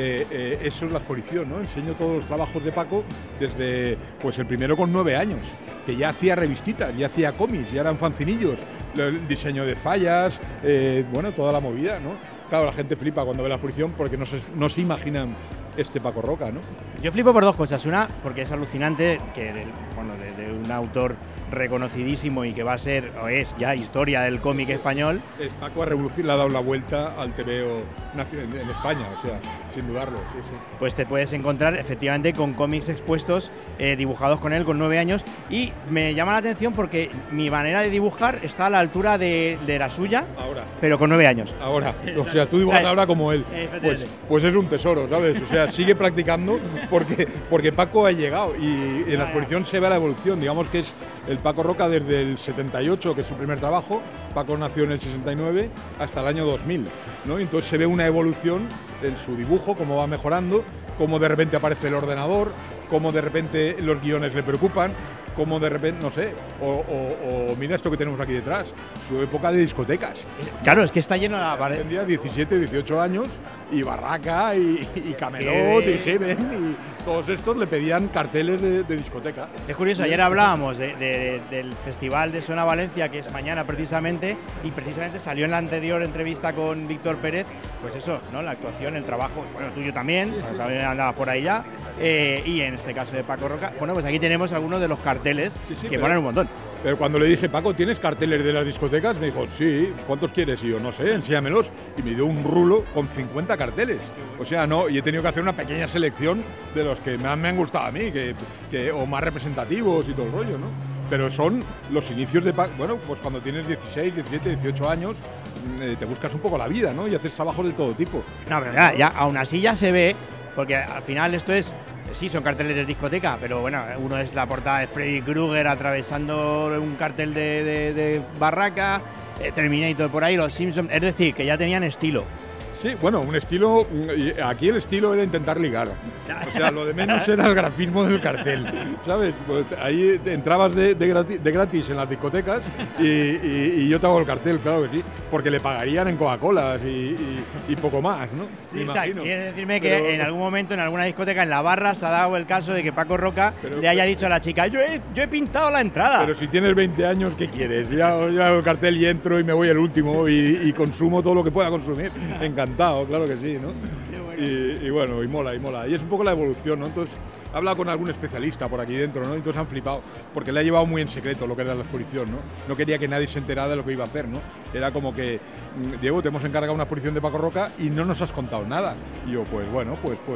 eso es la exposición, ¿no? Enseño todos los trabajos de Paco desde, pues el primero con 9 años, que ya hacía revistitas, ya hacía cómics, ya eran fancinillos, el diseño de fallas, bueno, toda la movida, ¿no? Claro, la gente flipa cuando ve la exposición porque no se imaginan este Paco Roca, ¿no? Yo flipo por dos cosas. Una, porque es alucinante que de un autor reconocidísimo y que va a ser, o es ya historia del cómic español. Paco le ha dado la vuelta al TVO en España, o sea, sin dudarlo, sí. Pues te puedes encontrar efectivamente con cómics expuestos dibujados con él con 9 años, y me llama la atención porque mi manera de dibujar está a la altura de la suya, ahora, pero con 9 años. Ahora, o sea, tú dibujas ahora como él. Pues es un tesoro, ¿sabes? O sea, sigue practicando porque Paco ha llegado y en la exposición se ve la evolución, digamos que es el Paco Roca desde el 78, que es su primer trabajo. Paco nació en el 69 hasta el año 2000, ¿no? Entonces se ve una evolución en su dibujo, cómo va mejorando, cómo de repente aparece el ordenador, cómo de repente los guiones le preocupan, cómo de repente, no sé, o mira esto que tenemos aquí detrás, su época de discotecas. Claro, es que está lleno de la pared. Tendría 17, 18 años y Barraca y Camelot y Heaven y todos estos le pedían carteles de discoteca. Es curioso, ayer hablábamos del Festival de Sona Valencia, que es mañana precisamente, y precisamente salió en la anterior entrevista con Víctor Pérez, pues eso, ¿no? La actuación, el trabajo, bueno, tuyo también, también andabas por ahí ya, y en este caso de Paco Roca, bueno, pues aquí tenemos algunos de los carteles que ponen un montón. Pero cuando le dije, Paco, ¿tienes carteles de las discotecas? Me dijo, sí, ¿cuántos quieres? Y yo, no sé, enséñamelos. Y me dio un rulo con 50 carteles. O sea, no, y he tenido que hacer una pequeña selección de los que más me han gustado a mí, o más representativos y todo el rollo, ¿no? Pero son los inicios de Paco. Bueno, pues cuando tienes 16, 17, 18 años, te buscas un poco la vida, ¿no? Y haces trabajos de todo tipo. No, pero ya aún así ya se ve, porque al final esto es… Sí, son carteles de discoteca, pero bueno, uno es la portada de Freddy Krueger atravesando un cartel de Barraca, Terminator por ahí, los Simpsons, es decir, que ya tenían estilo. Sí, bueno, un estilo… Aquí el estilo era intentar ligar. O sea, lo de menos era el grafismo del cartel, ¿sabes? Pues ahí entrabas de gratis en las discotecas y yo te hago el cartel, claro que sí, porque le pagarían en Coca-Cola y poco más, ¿no? Sí, o sea, quiere decirme que en algún momento, en alguna discoteca, en la barra, se ha dado el caso de que Paco Roca le haya dicho a la chica, yo he pintado la entrada. Pero si tienes 20 años, ¿qué quieres? Ya hago el cartel y entro y me voy el último y consumo todo lo que pueda consumir. Encantado, claro que sí, ¿no? Y bueno, y mola. Y es un poco la evolución, ¿no? Entonces, he hablado con algún especialista por aquí dentro, ¿no? Y todos han flipado, porque le ha llevado muy en secreto lo que era la exposición, ¿no? No quería que nadie se enterara de lo que iba a hacer, ¿no? Era como que, Diego, te hemos encargado una exposición de Paco Roca y no nos has contado nada. Y yo, pues bueno,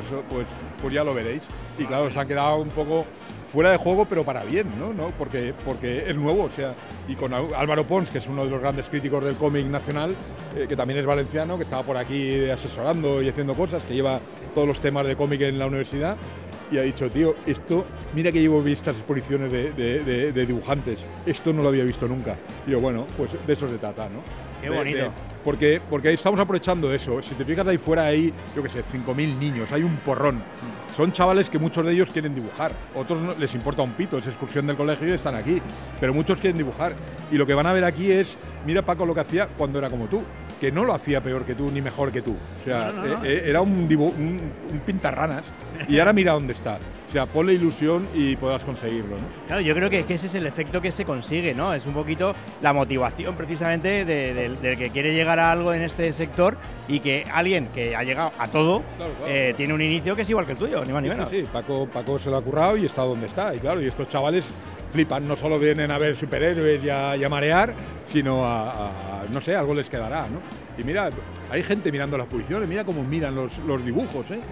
pues ya lo veréis. Y claro, se han quedado un poco fuera de juego, pero para bien, ¿no? Porque es nuevo, o sea, y con Álvaro Pons, que es uno de los grandes críticos del cómic nacional, que también es valenciano, que estaba por aquí asesorando y haciendo cosas, que lleva todos los temas de cómic en la universidad, y ha dicho, tío, esto, mira que llevo vistas exposiciones de dibujantes, esto no lo había visto nunca. Y yo, bueno, pues de eso se trata, ¿no? Qué bonito. Porque estamos aprovechando eso. Si te fijas ahí fuera, hay, yo qué sé, 5.000 niños, hay un porrón. Son chavales que muchos de ellos quieren dibujar, otros no, les importa un pito, es excursión del colegio y están aquí, pero muchos quieren dibujar. Y lo que van a ver aquí es, mira Paco lo que hacía cuando era como tú, que no lo hacía peor que tú ni mejor que tú. O sea, no. Era un pintarranas y ahora mira dónde está. O sea, ponle ilusión y podrás conseguirlo, ¿no? Claro, yo creo que ese es el efecto que se consigue, ¿no? Es un poquito la motivación precisamente del que quiere llegar a algo en este sector y que alguien que ha llegado a todo claro. Tiene un inicio que es igual que el tuyo, ni más ni menos. Sí, Paco se lo ha currado y está donde está. Y claro, y estos chavales flipan, no solo vienen a ver superhéroes y a marear, sino a no sé, algo les quedará, ¿no? Y mira, hay gente mirando las posiciones, mira cómo miran los dibujos, ¿eh?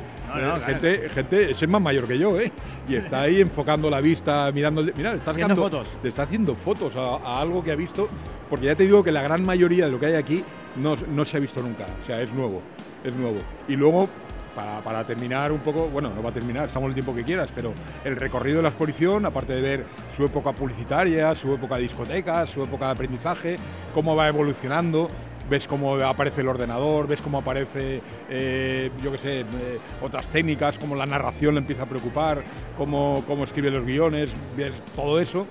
Gente, ese es más mayor que yo, ¿eh? Y está ahí enfocando la vista, mirando, mira, le está haciendo fotos a algo que ha visto, porque ya te digo que la gran mayoría de lo que hay aquí no se ha visto nunca, o sea, es nuevo. Y luego, para terminar un poco, bueno, no va a terminar, estamos el tiempo que quieras, pero el recorrido de la exposición, aparte de ver su época publicitaria, su época de discotecas, su época de aprendizaje, cómo va evolucionando, ves cómo aparece el ordenador, ves cómo aparece, yo qué sé, otras técnicas, cómo la narración le empieza a preocupar, cómo escribe los guiones, ves todo eso,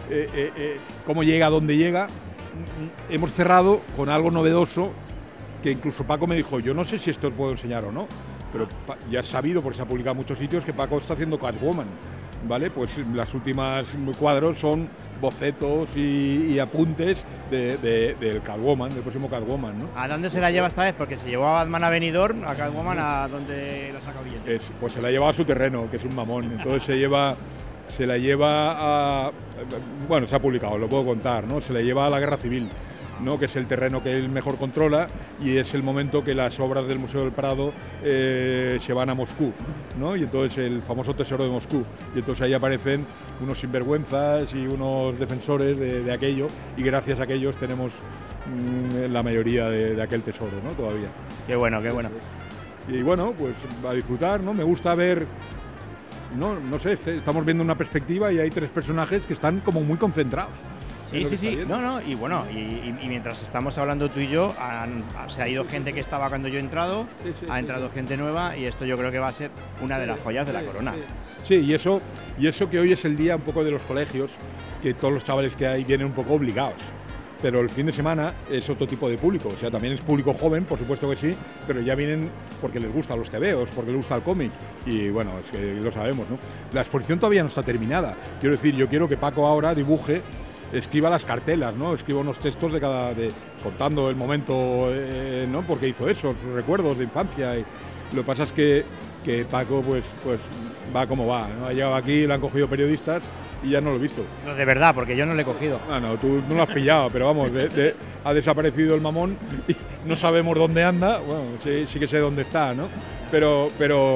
cómo llega a donde llega. Hemos cerrado con algo novedoso que incluso Paco me dijo, yo no sé si esto os puedo enseñar o no, pero ya has sabido, porque se ha publicado en muchos sitios, que Paco está haciendo Catwoman, ¿vale? Pues las últimas cuadros son bocetos y apuntes del Catwoman, del próximo Catwoman, ¿no? ¿A dónde se la lleva esta vez? Porque se llevó a Batman a Benidorm, a Catwoman, ¿a dónde la saca bien? Pues se la lleva a su terreno, que es un mamón, entonces se la lleva a... Bueno, se ha publicado, lo puedo contar, ¿no? Se la lleva a la Guerra Civil, ¿no? Que es el terreno que él mejor controla y es el momento que las obras del Museo del Prado se van a Moscú, ¿no? Y entonces el famoso tesoro de Moscú. Y entonces ahí aparecen unos sinvergüenzas y unos defensores de aquello y gracias a aquellos tenemos la mayoría de aquel tesoro, ¿no? Todavía. Qué bueno, qué bueno. Y bueno, pues a disfrutar, ¿no? Me gusta ver... No sé, estamos viendo una perspectiva y hay tres personajes que están como muy concentrados. Sí. No, y bueno, y mientras estamos hablando tú y yo, se ha ido gente que estaba cuando yo he entrado, ha entrado gente nueva y esto yo creo que va a ser una de las joyas de la corona. Sí, y eso que hoy es el día un poco de los colegios, que todos los chavales que hay vienen un poco obligados. Pero el fin de semana es otro tipo de público, o sea, también es público joven, por supuesto que sí, pero ya vienen porque les gustan los tebeos, porque les gusta el cómic, y bueno, es que lo sabemos, ¿no? La exposición todavía no está terminada, quiero decir, yo quiero que Paco ahora dibuje, escriba las cartelas, ¿no? Escriba unos textos contando el momento, ¿no? Porque hizo eso, sus recuerdos de infancia, y lo que pasa es que Paco pues va como va, ¿no? Ha llegado aquí, lo han cogido periodistas, y ya no lo he visto. No, de verdad, porque yo no lo he cogido. No, tú no lo has pillado, pero vamos, ha desaparecido el mamón y no sabemos dónde anda. Bueno, sí que sé dónde está, ¿no? Pero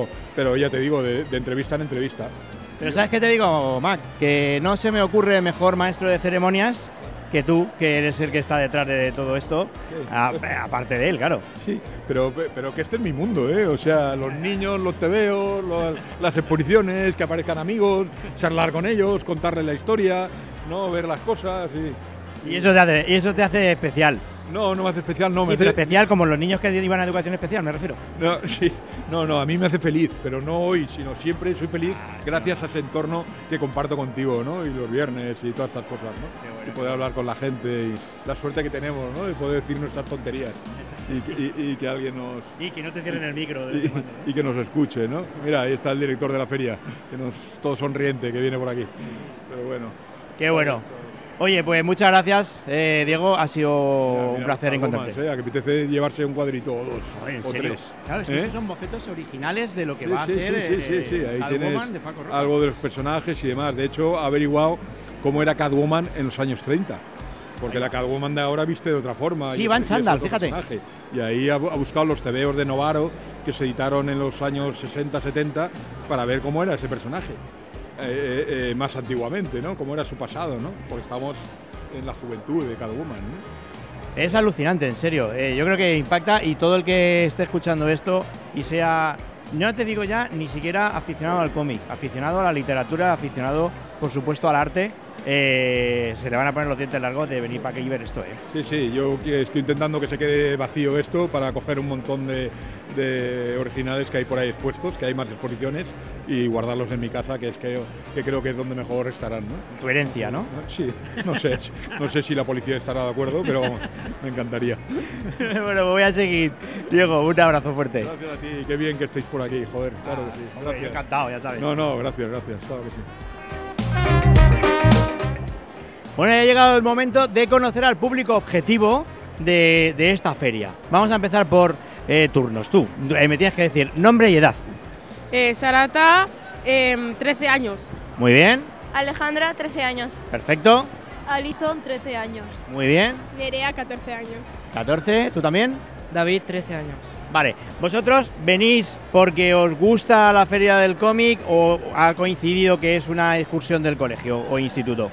ya te digo, de entrevista en entrevista. Pero ¿sabes qué te digo, Mac? Que no se me ocurre mejor maestro de ceremonias que tú, que eres el que está detrás de todo esto, aparte de él, claro. Sí, pero que este es mi mundo, ¿eh? O sea, los niños, los tebeos, las exposiciones, que aparezcan amigos, charlar con ellos, contarles la historia, ¿no? Ver las cosas y eso te hace especial. No me hace especial, no. Sí, pero especial como los niños que iban a educación especial, me refiero. No, a mí me hace feliz, pero no hoy, sino siempre soy feliz gracias a ese entorno que comparto contigo, ¿no? Y los viernes y todas estas cosas, ¿no? Bueno, y poder hablar con la gente y la suerte que tenemos, ¿no? De poder decir nuestras tonterías y que alguien nos... Y que no te cierren el micro. Y que nos escuche, ¿no? Mira, ahí está el director de la feria, todo sonriente, que viene por aquí. Pero bueno. Qué bueno. Oye, pues muchas gracias, Diego. Ha sido un placer encontrarte. Que apetece llevarse un cuadrito o dos. ¿En o serio? tres. Claro, es que esos son bocetos originales de lo que va a ser ahí Catwoman de Paco Roca. Algo de los personajes y demás. De hecho, ha averiguado cómo era Catwoman en los años 30. Porque la Catwoman de ahora viste de otra forma. Sí, va en chándal, fíjate. Y ahí ha buscado los tebeos de Novaro que se editaron en los años 60-70 para ver cómo era ese personaje. Más antiguamente, ¿no? Cómo era su pasado, ¿no? Porque estamos en la juventud de Catwoman, ¿no? Es alucinante, en serio. Yo creo que impacta y todo el que esté escuchando esto y sea, no te digo ya, ni siquiera aficionado al cómic, aficionado a la literatura, aficionado por supuesto, al arte, se le van a poner los dientes largos de venir para aquí y ver esto, Sí, yo estoy intentando que se quede vacío esto para coger un montón de originales que hay por ahí expuestos, que hay más exposiciones, y guardarlos en mi casa, que creo que es donde mejor estarán, ¿no? Tu herencia, ¿no? Sí, no sé si la policía estará de acuerdo, pero vamos, me encantaría. Bueno, me voy a seguir. Diego, un abrazo fuerte. Gracias a ti, qué bien que estéis por aquí, joder, claro que sí. Hombre, yo encantado, ya sabes. No, gracias, claro que sí. Bueno, ya ha llegado el momento de conocer al público objetivo de esta feria. Vamos a empezar por turnos. Tú me tienes que decir nombre y edad. Sarata, 13 años. Muy bien. Alejandra, 13 años. Perfecto. Alison, 13 años. Muy bien. Nerea, 14 años. 14, ¿tú también? David, 13 años. Vale, ¿vosotros venís porque os gusta la feria del cómic o ha coincidido que es una excursión del colegio o instituto?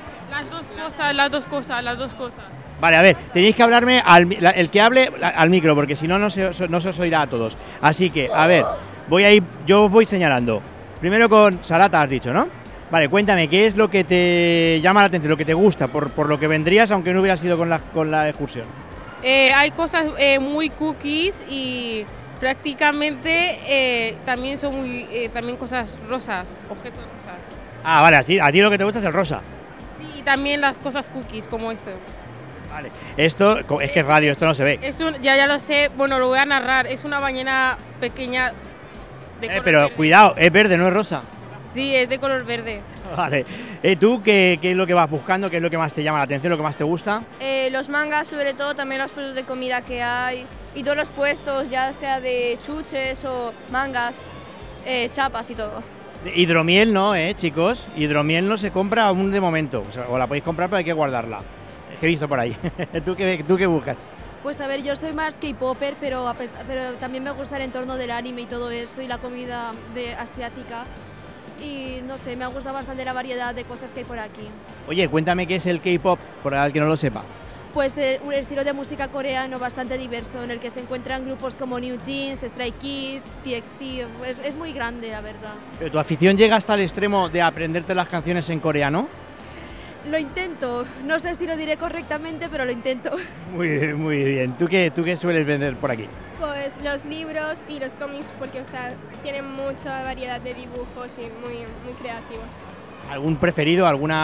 Las dos cosas. Vale, a ver, tenéis que hablarme, el que hable al micro, porque si no, no se os oirá a todos. Así que, a ver, yo os voy señalando. Primero con Sarata has dicho, ¿no? Vale, cuéntame, ¿qué es lo que te llama la atención, lo que te gusta, por lo que vendrías aunque no hubieras ido con la excursión? Hay cosas muy cookies y prácticamente también son también cosas rosas, objetos rosas. Ah, vale, a ti lo que te gusta es el rosa. Sí, y también las cosas cookies, como esto. Vale, esto es que es radio, esto no se ve. Ya lo sé, bueno, lo voy a narrar, es una ballena pequeña de color pero verde. Cuidado, es verde, no es rosa. Sí, es de color verde. Vale, ¿tú qué es lo que vas buscando? ¿Qué es lo que más te llama la atención, lo que más te gusta? Los mangas, sobre todo, también los puestos de comida que hay y todos los puestos, ya sea de chuches o mangas, chapas y todo. Hidromiel no, chicos. Hidromiel no se compra aún de momento. O la podéis comprar, pero hay que guardarla. Es que he visto por ahí. ¿Tú qué buscas? Pues a ver, yo soy más K-popper, pero también me gusta el entorno del anime y todo eso, y la comida asiática. Y no sé, me ha gustado bastante la variedad de cosas que hay por aquí. Oye, cuéntame qué es el K-pop, por el que no lo sepa. Pues un estilo de música coreano bastante diverso, en el que se encuentran grupos como New Jeans, Stray Kids, TXT, es muy grande, la verdad. ¿Pero tu afición llega hasta el extremo de aprenderte las canciones en coreano? Lo intento, no sé si lo diré correctamente, pero lo intento. Muy bien. ¿Tú qué sueles vender por aquí? Pues los libros y los cómics, porque tienen mucha variedad de dibujos y muy creativos. ¿Algún preferido,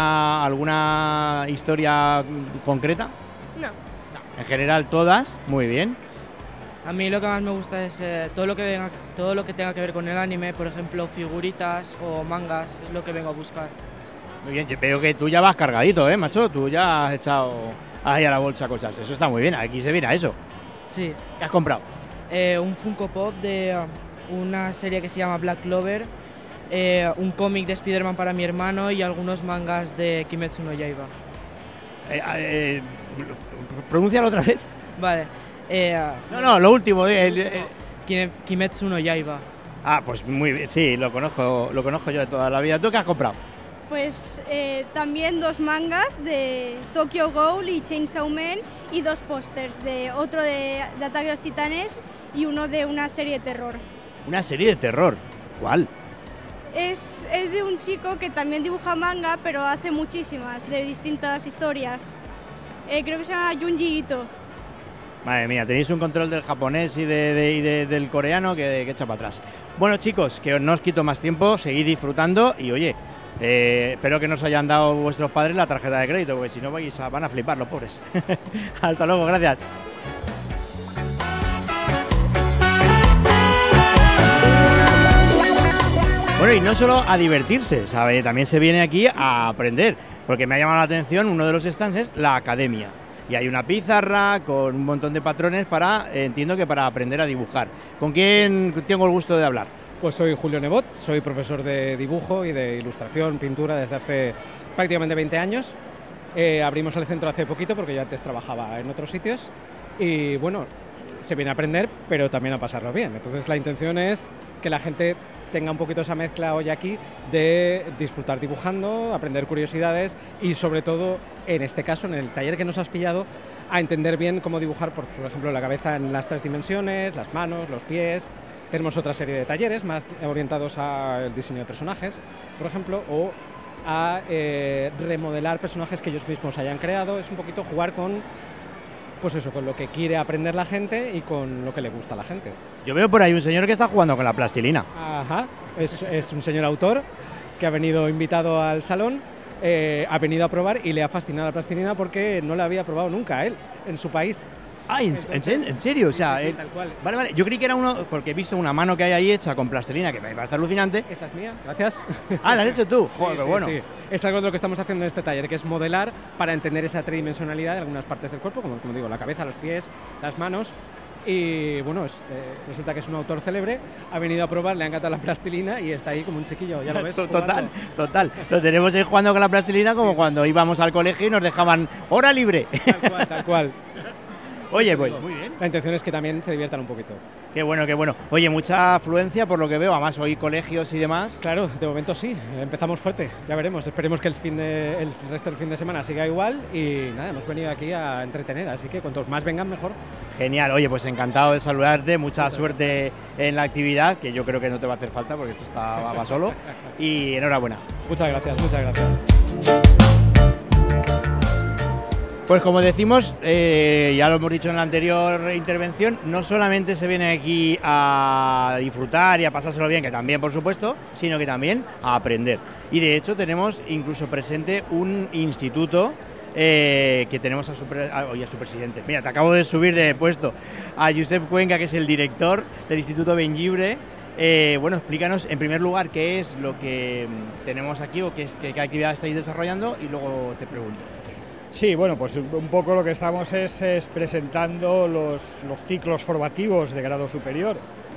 alguna historia concreta? No. En general todas, muy bien. A mí lo que más me gusta es todo lo que tenga que ver con el anime, por ejemplo, figuritas o mangas, es lo que vengo a buscar. Muy bien, yo veo que tú ya vas cargadito, macho, tú ya has echado ahí a la bolsa cosas, eso está muy bien, aquí se viene a eso. Sí. ¿Qué has comprado? Un Funko Pop de una serie que se llama Black Clover, un cómic de Spider-Man para mi hermano y algunos mangas de Kimetsu no Yaiba. Pronúncialo otra vez. Vale. No, lo último. Kimetsu no Yaiba. Ah, pues muy bien, sí, lo conozco yo de toda la vida. ¿Tú qué has comprado? Pues también 2 mangas de Tokyo Ghoul y Chainsaw Man y 2 pósters, otro de Ataque a los Titanes y uno de una serie de terror. ¿Una serie de terror? ¿Cuál? Es de un chico que también dibuja manga, pero hace muchísimas, de distintas historias. Creo que se llama Junji Ito. Madre mía, tenéis un control del japonés y del coreano que echa para atrás. Bueno, chicos, que no os quito más tiempo, seguid disfrutando y oye, espero que nos hayan dado vuestros padres la tarjeta de crédito, porque si no van a flipar los pobres. Hasta luego, gracias. Bueno, y no solo a divertirse, ¿sabe? También se viene aquí a aprender, porque me ha llamado la atención, uno de los stands es la academia. Y hay una pizarra con un montón de patrones entiendo que para aprender a dibujar. ¿Con quién tengo el gusto de hablar? Pues soy Julio Nebot, soy profesor de dibujo y de ilustración, pintura desde hace prácticamente 20 años. Abrimos el centro hace poquito porque yo antes trabajaba en otros sitios y bueno, se viene a aprender pero también a pasarlo bien. Entonces la intención es que la gente tenga un poquito esa mezcla hoy aquí de disfrutar dibujando, aprender curiosidades y sobre todo, en este caso, en el taller que nos has pillado, a entender bien cómo dibujar, por ejemplo, la cabeza en las 3 dimensiones, las manos, los pies. Tenemos otra serie de talleres más orientados al diseño de personajes, por ejemplo, o a remodelar personajes que ellos mismos hayan creado. Es un poquito jugar con, pues eso, con lo que quiere aprender la gente y con lo que le gusta a la gente. Yo veo por ahí un señor que está jugando con la plastilina. Ajá, es un señor autor que ha venido invitado al salón, ha venido a probar y le ha fascinado la plastilina porque no la había probado nunca a él en su país. Ah, ¿en serio? O sea, sí, tal cual. Vale, yo creí que era uno, porque he visto una mano que hay ahí hecha con plastilina que me parece alucinante. Esa es mía, gracias. Ah, ¿la has hecho tú? Joder, sí, bueno. Sí. Es algo de lo que estamos haciendo en este taller, que es modelar para entender esa tridimensionalidad de algunas partes del cuerpo, como digo, la cabeza, los pies, las manos. Y bueno, resulta que es un autor célebre, ha venido a probar, le ha encantado la plastilina y está ahí como un chiquillo, ya lo ves. Total. Lo tenemos ahí jugando con la plastilina como cuando íbamos al colegio y nos dejaban hora libre. Tal cual. Oye, pues muy bien. La intención es que también se diviertan un poquito. Qué bueno. Oye, mucha afluencia por lo que veo, además hoy colegios y demás. Claro, de momento sí, empezamos fuerte, ya veremos. Esperemos que el resto del fin de semana siga igual y nada, hemos venido aquí a entretener, así que cuantos más vengan mejor. Genial, oye, pues encantado de saludarte, mucha suerte en la actividad, que yo creo que no te va a hacer falta porque esto va solo, y enhorabuena. Muchas gracias. Pues como decimos, ya lo hemos dicho en la anterior intervención, no solamente se viene aquí a disfrutar y a pasárselo bien, que también por supuesto, sino que también a aprender. Y de hecho tenemos incluso presente un instituto que tenemos a su presidente. Mira, te acabo de subir de puesto a Josep Cuenca, que es el director del Instituto Benllibre. Bueno, explícanos en primer lugar qué es lo que tenemos aquí o qué actividad estáis desarrollando y luego te pregunto. Sí, bueno, pues un poco lo que estamos es presentando los ciclos formativos de grado superior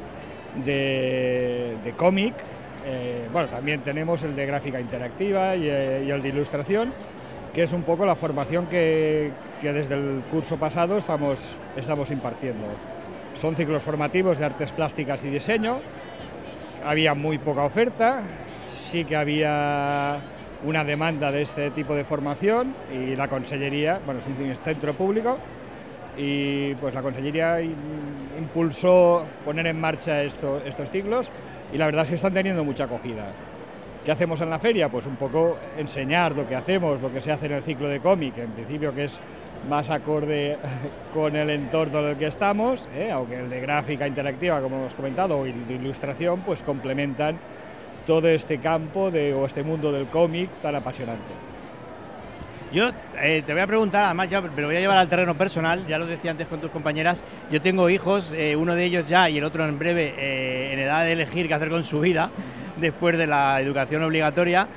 de cómic. Bueno, también tenemos el de gráfica interactiva y el de ilustración, que es un poco la formación que desde el curso pasado estamos impartiendo. Son ciclos formativos de artes plásticas y diseño. Había muy poca oferta, sí que había una demanda de este tipo de formación y la Consellería, bueno, es un centro público y pues la Consellería impulsó poner en marcha estos ciclos y la verdad es que están teniendo mucha acogida. ¿Qué hacemos en la feria? Pues un poco enseñar lo que hacemos, lo que se hace en el ciclo de cómic, en principio que es más acorde con el entorno en el que estamos, aunque el de gráfica interactiva, como hemos comentado, y de ilustración, pues complementan todo este campo o este mundo del cómic tan apasionante. Yo te voy a preguntar, además ya me lo voy a llevar al terreno personal, ya lo decía antes con tus compañeras, yo tengo hijos, uno de ellos ya y el otro en breve, en edad de elegir qué hacer con su vida, después de la educación obligatoria.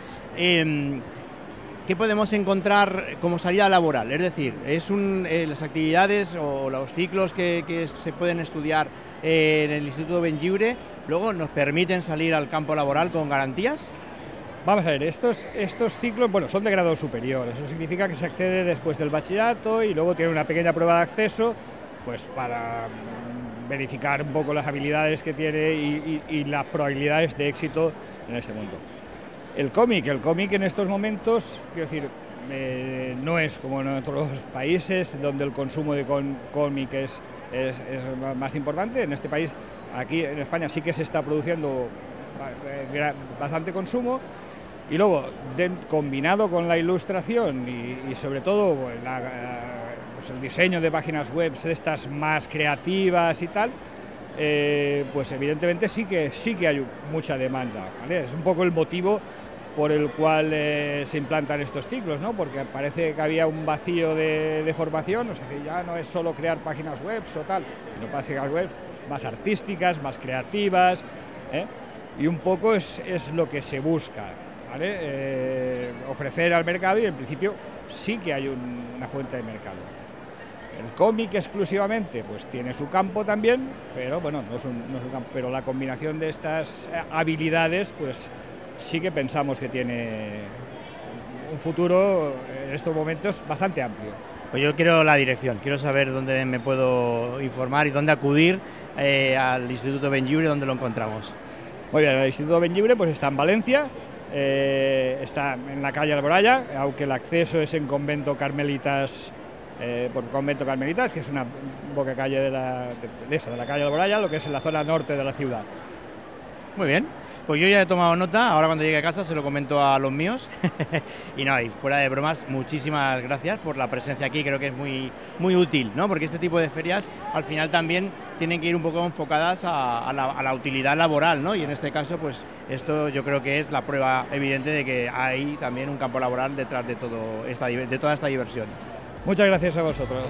¿Qué podemos encontrar como salida laboral? Es decir, las actividades o los ciclos que se pueden estudiar en el Instituto Benllibre, luego nos permiten salir al campo laboral con garantías. Vamos a ver, estos ciclos, bueno, son de grado superior, eso significa que se accede después del bachillerato y luego tiene una pequeña prueba de acceso, pues para verificar un poco las habilidades que tiene y las probabilidades de éxito en este mundo. El cómic en estos momentos, quiero decir, no es como en otros países donde el consumo de cómic es más importante. En este país, aquí en España, sí que se está produciendo bastante consumo y luego combinado con la ilustración y sobre todo pues el diseño de páginas web estas más creativas y tal, pues evidentemente sí que hay mucha demanda, ¿vale? Es un poco el motivo por el cual se implantan estos ciclos, ¿no? Porque parece que había un vacío de formación, o sea que ya no es solo crear páginas web o tal, sino páginas web más artísticas, más creativas, y un poco es lo que se busca, ¿vale? Ofrecer al mercado y en principio sí que hay una fuente de mercado. El cómic exclusivamente pues tiene su campo también, pero bueno, no es un campo, pero la combinación de estas habilidades pues sí que pensamos que tiene un futuro en estos momentos bastante amplio. Pues yo quiero la dirección, quiero saber dónde me puedo informar y dónde acudir al Instituto Benllibre, dónde lo encontramos. Muy bien, el Instituto Benllibre pues está en Valencia, está en la calle Alboraya, aunque el acceso es en Convento Carmelitas, por Convento Carmelitas, que es una boca calle de la calle Alboraya, lo que es en la zona norte de la ciudad. Muy bien. Pues yo ya he tomado nota, ahora cuando llegue a casa se lo comento a los míos. Y no, y fuera de bromas, muchísimas gracias por la presencia aquí, creo que es muy, muy útil, ¿no? Porque este tipo de ferias al final también tienen que ir un poco enfocadas a la utilidad laboral, ¿no? Y en este caso, pues esto yo creo que es la prueba evidente de que hay también un campo laboral detrás de, de toda esta diversión. Muchas gracias a vosotros.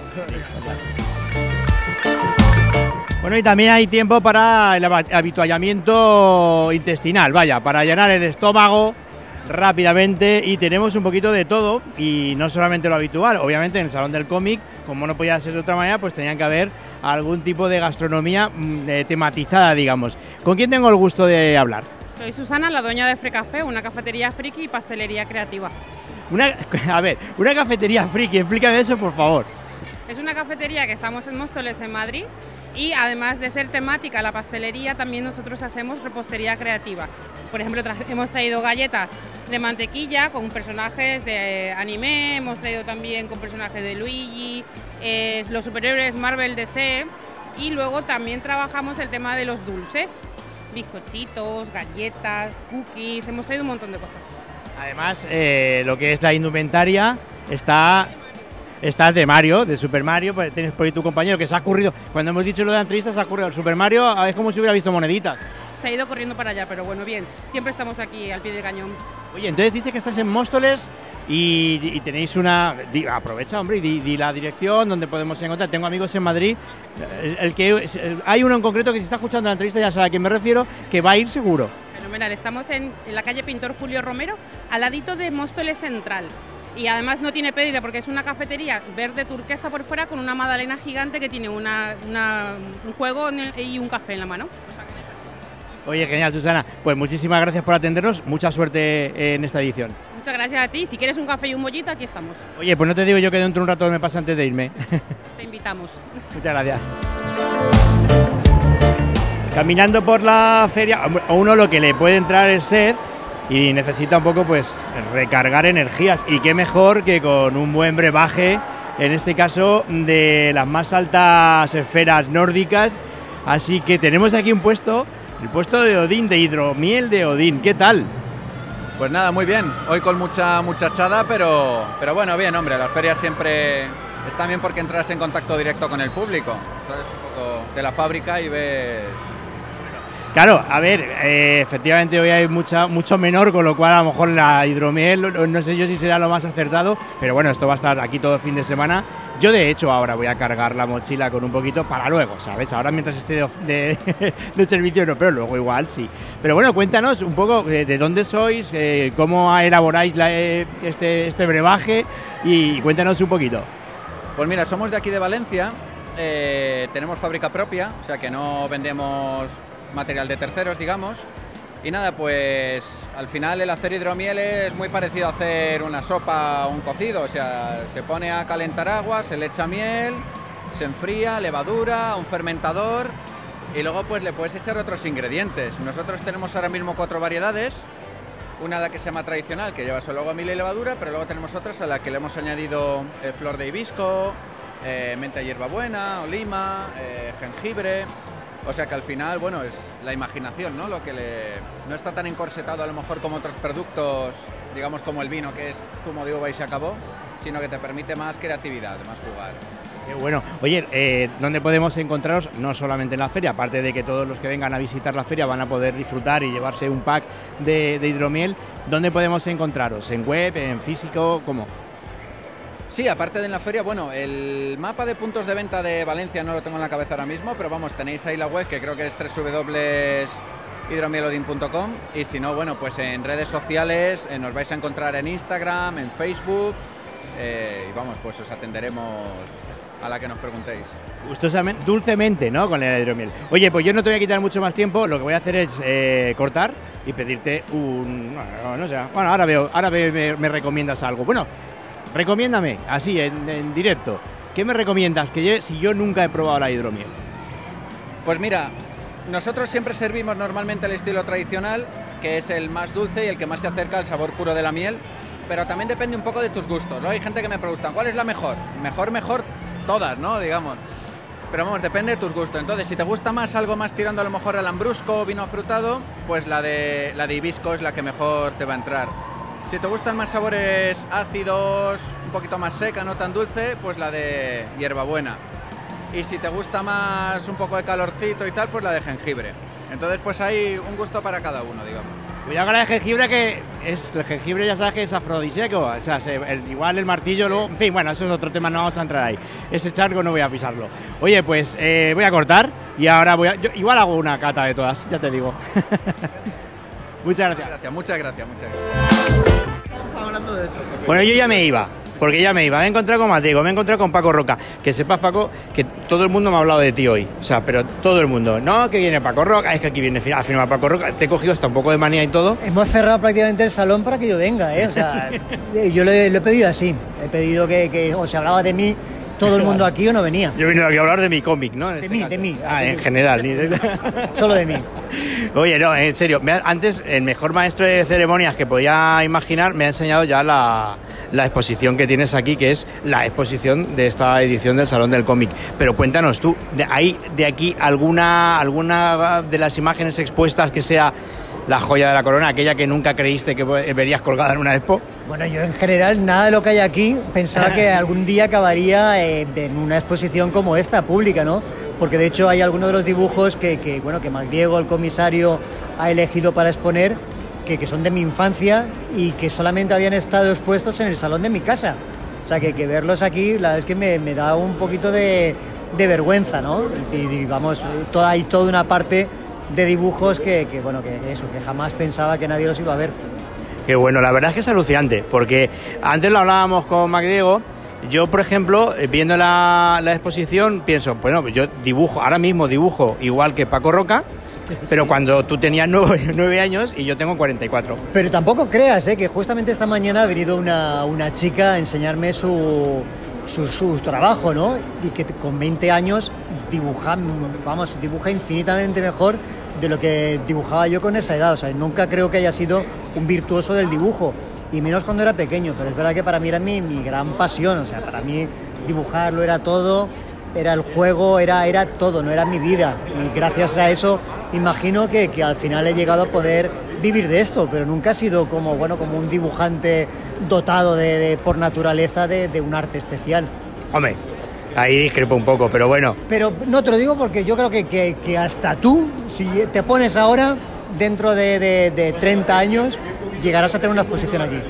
Bueno, y también hay tiempo para el habituallamiento intestinal, vaya, para llenar el estómago rápidamente, y tenemos un poquito de todo, y no solamente lo habitual, obviamente en el Salón del Cómic, como no podía ser de otra manera, pues tenían que haber algún tipo de gastronomía tematizada, digamos. ¿Con quién tengo el gusto de hablar? Soy Susana, la dueña de Frecafé, una cafetería friki y pastelería creativa. Una cafetería friki, explícame eso, por favor. Es una cafetería que estamos en Móstoles, en Madrid, y además de ser temática la pastelería, también nosotros hacemos repostería creativa. Por ejemplo, hemos traído galletas de mantequilla con personajes de anime, hemos traído también con personajes de Luigi, los superhéroes Marvel, DC, y luego también trabajamos el tema de los dulces, bizcochitos, galletas, cookies, hemos traído un montón de cosas. Además, lo que es la indumentaria está de Mario, de Super Mario, pues tienes por ahí tu compañero que se ha ocurrido, cuando hemos dicho lo de la entrevista, se ha ocurrido el Super Mario, es como si hubiera visto moneditas. Se ha ido corriendo para allá, pero bueno, bien, siempre estamos aquí al pie del cañón. Oye, entonces dice que estás en Móstoles y tenéis una... aprovecha, hombre, y di la dirección donde podemos encontrar. Tengo amigos en Madrid, hay uno en concreto que si está escuchando la entrevista ya sabe a quién me refiero, que va a ir seguro. Fenomenal, estamos en la calle Pintor Julio Romero, al ladito de Móstoles Central. Y además no tiene pérdida porque es una cafetería verde turquesa por fuera con una magdalena gigante que tiene un juego y un café en la mano. Oye, genial, Susana. Pues muchísimas gracias por atendernos, mucha suerte en esta edición. Muchas gracias a ti. Si quieres un café y un mollito, aquí estamos. Oye, pues no te digo yo que dentro de un rato me pasa antes de irme. Te invitamos. Muchas gracias. Caminando por la feria, a uno lo que le puede entrar es sed y necesita un poco pues recargar energías, y qué mejor que con un buen brebaje, en este caso de las más altas esferas nórdicas. Así que tenemos aquí un puesto, el puesto de Odín, de hidromiel de Odín. ¿Qué tal? Pues nada, muy bien, hoy con mucha muchachada, pero bueno, bien, hombre, las ferias siempre están bien porque entras en contacto directo con el público, sales un poco de la fábrica y ves... Claro, a ver, efectivamente hoy hay mucho menor, con lo cual a lo mejor la hidromiel, no sé yo si será lo más acertado, pero bueno, esto va a estar aquí todo el fin de semana. Yo de hecho ahora voy a cargar la mochila con un poquito para luego, ¿sabes? Ahora mientras esté de servicio no, pero luego igual sí. Pero bueno, cuéntanos un poco de dónde sois, cómo elaboráis este brebaje, y cuéntanos un poquito. Pues mira, somos de aquí de Valencia, tenemos fábrica propia, o sea que no vendemos material de terceros, digamos, y nada, pues al final el hacer hidromiel es muy parecido a hacer una sopa o un cocido, o sea, se pone a calentar agua, se le echa miel, se enfría, levadura, un fermentador, y luego pues le puedes echar otros ingredientes. Nosotros tenemos ahora mismo 4 variedades, una la que se llama tradicional, que lleva solo agua, miel y levadura, pero luego tenemos otras a la que le hemos añadido flor de hibisco, menta y hierbabuena, o lima, jengibre. O sea que al final, bueno, es la imaginación, ¿no? Lo que no está tan encorsetado a lo mejor como otros productos, digamos como el vino, que es zumo de uva y se acabó, sino que te permite más creatividad, más jugar. Qué bueno. Oye, ¿dónde podemos encontraros? No solamente en la feria, aparte de que todos los que vengan a visitar la feria van a poder disfrutar y llevarse un pack de hidromiel. ¿Dónde podemos encontraros? ¿En web, en físico? ¿Cómo? Sí, aparte de en la feria, bueno, el mapa de puntos de venta de Valencia no lo tengo en la cabeza ahora mismo, pero vamos, tenéis ahí la web, que creo que es www.hidromielodin.com, y si no, bueno, pues en redes sociales nos vais a encontrar en Instagram, en Facebook, y vamos, pues os atenderemos a la que nos preguntéis. Gustosamente, dulcemente, ¿no? Con el hidromiel. Oye, pues yo no te voy a quitar mucho más tiempo, lo que voy a hacer es cortar y pedirte no sé, bueno, ahora me recomiendas algo. Bueno, recomiéndame, así, en directo. ¿Qué me recomiendas si yo nunca he probado la hidromiel? Pues mira, nosotros siempre servimos normalmente el estilo tradicional, que es el más dulce y el que más se acerca al sabor puro de la miel, pero también depende un poco de tus gustos, ¿no? Hay gente que me pregunta, ¿cuál es la mejor? Mejor, todas, ¿no? Digamos. Pero vamos, depende de tus gustos. Entonces, si te gusta más algo más tirando a lo mejor al lambrusco o vino afrutado, pues la de hibisco es la que mejor te va a entrar. Si te gustan más sabores ácidos, un poquito más seca, no tan dulce, pues la de hierbabuena. Y si te gusta más un poco de calorcito y tal, pues la de jengibre. Entonces, pues hay un gusto para cada uno, digamos. Cuidado con la de jengibre, que el jengibre ya sabes que es afrodisíaco, o sea, igual el martillo luego, en fin, bueno, eso es otro tema, no vamos a entrar ahí. Ese charco no voy a pisarlo. Oye, pues voy a cortar y ahora yo igual hago una cata de todas, ya te digo. Muchas gracias. Muchas gracias. Estamos hablando de eso. Bueno, yo ya me iba. Porque ya me iba, me he encontrado con Mateo, me he encontrado con Paco Roca. Que sepas, Paco, que todo el mundo me ha hablado de ti hoy. O sea, pero todo el mundo. No, que viene Paco Roca, es que aquí viene a firmar Paco Roca. Te he cogido hasta un poco de manía y todo. Hemos cerrado prácticamente el salón para que yo venga, ¿eh? O sea, yo lo he pedido así. He pedido que o se hablaba de mí, todo el mundo aquí o no venía. Yo he venido aquí a hablar de mi cómic, ¿no? De mí. Ah, en general. Solo de mí. Oye, no, en serio, antes el mejor maestro de ceremonias que podía imaginar me ha enseñado ya la exposición que tienes aquí, que es la exposición de esta edición del Salón del Cómic. Pero cuéntanos tú, ¿de aquí alguna de las imágenes expuestas que sea la joya de la corona, aquella que nunca creíste que verías colgada en una expo? Bueno, yo en general nada de lo que hay aquí pensaba que algún día acabaría en una exposición como esta, pública, ¿no? Porque de hecho hay algunos de los dibujos que MacDiego, el comisario, ha elegido para exponer, que son de mi infancia y que solamente habían estado expuestos en el salón de mi casa. O sea, que verlos aquí, la verdad es que me da un poquito de vergüenza, ¿no? Y vamos, hay toda una parte de dibujos que jamás pensaba que nadie los iba a ver. Qué bueno, la verdad es que es alucinante, porque antes lo hablábamos con MacDiego. Yo, por ejemplo, viendo la exposición, pienso, bueno, yo ahora mismo dibujo igual que Paco Roca, pero cuando tú tenías 9 años y yo tengo 44. Pero tampoco creas, que justamente esta mañana ha venido una chica a enseñarme su trabajo, ¿no? Y que con 20 años dibuja infinitamente mejor de lo que dibujaba yo con esa edad. O sea, nunca creo que haya sido un virtuoso del dibujo, y menos cuando era pequeño, pero es verdad que para mí era mi gran pasión. O sea, para mí dibujarlo era todo, era el juego, era todo, no era mi vida. Y gracias a eso imagino que al final he llegado a poder vivir de esto, pero nunca he sido como un dibujante dotado por naturaleza de un arte especial. Hombre, ahí discrepo un poco, pero bueno. Pero no te lo digo porque yo creo que hasta tú, si te pones ahora, dentro de 30 años, llegarás a tener una exposición aquí.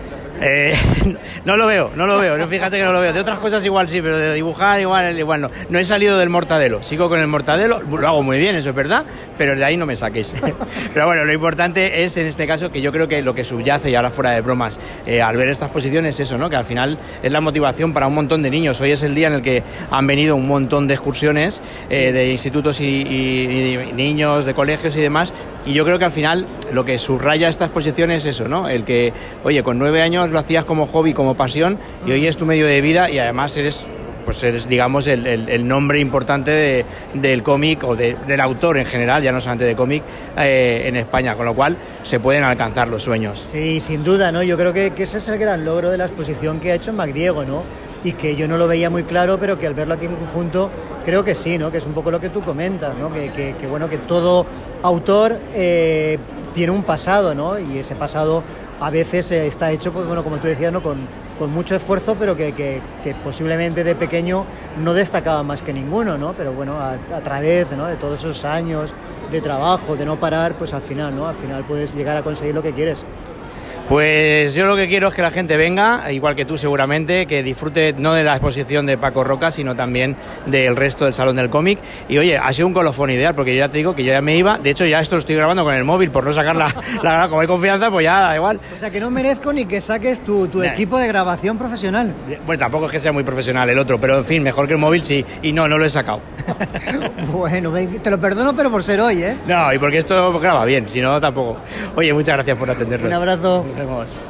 No lo veo, fíjate que no lo veo. De otras cosas igual sí, pero de dibujar igual no. No he salido del mortadelo, sigo con el mortadelo, lo hago muy bien, eso es verdad, pero de ahí no me saquéis. Pero bueno, lo importante es en este caso que yo creo que lo que subyace, y ahora fuera de bromas, al ver estas posiciones es eso, ¿no? Que al final es la motivación para un montón de niños. Hoy es el día en el que han venido un montón de excursiones de institutos y niños, de colegios y demás. Y yo creo que al final lo que subraya esta exposición es eso, ¿no? El que, oye, con 9 años lo hacías como hobby, como pasión, y hoy es tu medio de vida, y además eres digamos, el nombre importante del cómic o del autor en general, ya no solamente de cómic, en España, con lo cual se pueden alcanzar los sueños. Sí, sin duda, ¿no? Yo creo que ese es el gran logro de la exposición que ha hecho MacDiego, ¿no? Y que yo no lo veía muy claro, pero que al verlo aquí en conjunto creo que sí, ¿no? Que es un poco lo que tú comentas, ¿no? Que todo autor tiene un pasado, ¿no? Y ese pasado a veces está hecho, pues bueno, como tú decías, ¿no? Con mucho esfuerzo, pero que posiblemente de pequeño no destacaba más que ninguno, ¿no? Pero bueno, a través, ¿no? de todos esos años de trabajo, de no parar, pues al final, ¿no? Al final puedes llegar a conseguir lo que quieres. Pues yo lo que quiero es que la gente venga, igual que tú seguramente, que disfrute no de la exposición de Paco Roca, sino también del resto del Salón del Cómic. Y oye, ha sido un colofón ideal, porque yo ya te digo que yo ya me iba. De hecho, ya esto lo estoy grabando con el móvil por no sacar la como hay confianza, pues ya da igual. O sea, que no merezco ni que saques tu equipo de grabación profesional. Bueno, tampoco es que sea muy profesional el otro, pero en fin, mejor que el móvil sí. Y no lo he sacado. Bueno, te lo perdono, pero por ser hoy, ¿eh? No, y porque esto graba bien, si no tampoco. Oye, muchas gracias por atendernos. Un abrazo. Nos vemos.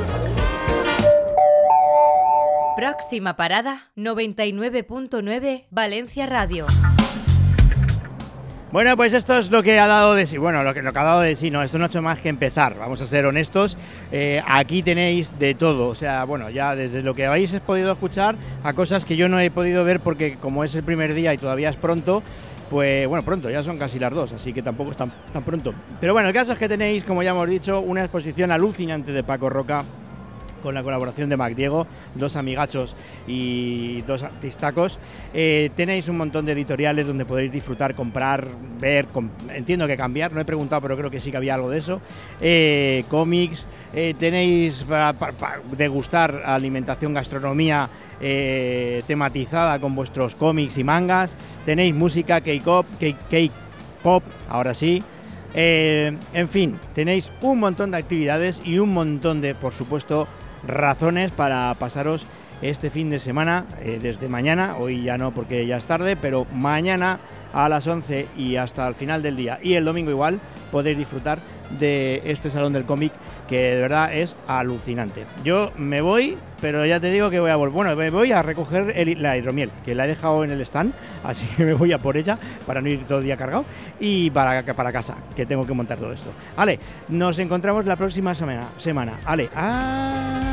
Próxima parada, 99.9 Valencia Radio. Bueno, pues esto es lo que ha dado de sí. Bueno, lo que ha dado de sí, no, esto no ha hecho más que empezar, vamos a ser honestos. Aquí tenéis de todo, o sea, bueno, ya desde lo que habéis podido escuchar a cosas que yo no he podido ver porque como es el primer día y todavía es pronto, pues bueno, pronto, ya son casi las 2, así que tampoco es tan pronto. Pero bueno, el caso es que tenéis, como ya hemos dicho, una exposición alucinante de Paco Roca, con la colaboración de Mac Diego, 2 amigachos y 2 artistacos. Tenéis un montón de editoriales donde podéis disfrutar, comprar, ver, entiendo que cambiar, no he preguntado, pero creo que sí que había algo de eso. Cómics, tenéis para degustar alimentación, gastronomía tematizada con vuestros cómics y mangas. Tenéis música, K-pop, ahora sí. En fin, tenéis un montón de actividades y un montón de, por supuesto, razones para pasaros este fin de semana, desde mañana, hoy ya no porque ya es tarde, pero mañana a las 11 y hasta el final del día, y el domingo igual, podéis disfrutar de este Salón del Cómic, que de verdad es alucinante. Yo me voy, pero ya te digo que voy a volver. Bueno, me voy a recoger la hidromiel, que la he dejado en el stand, así que me voy a por ella para no ir todo el día cargado, y para casa, que tengo que montar todo esto. Vale, nos encontramos la próxima semana. Vale,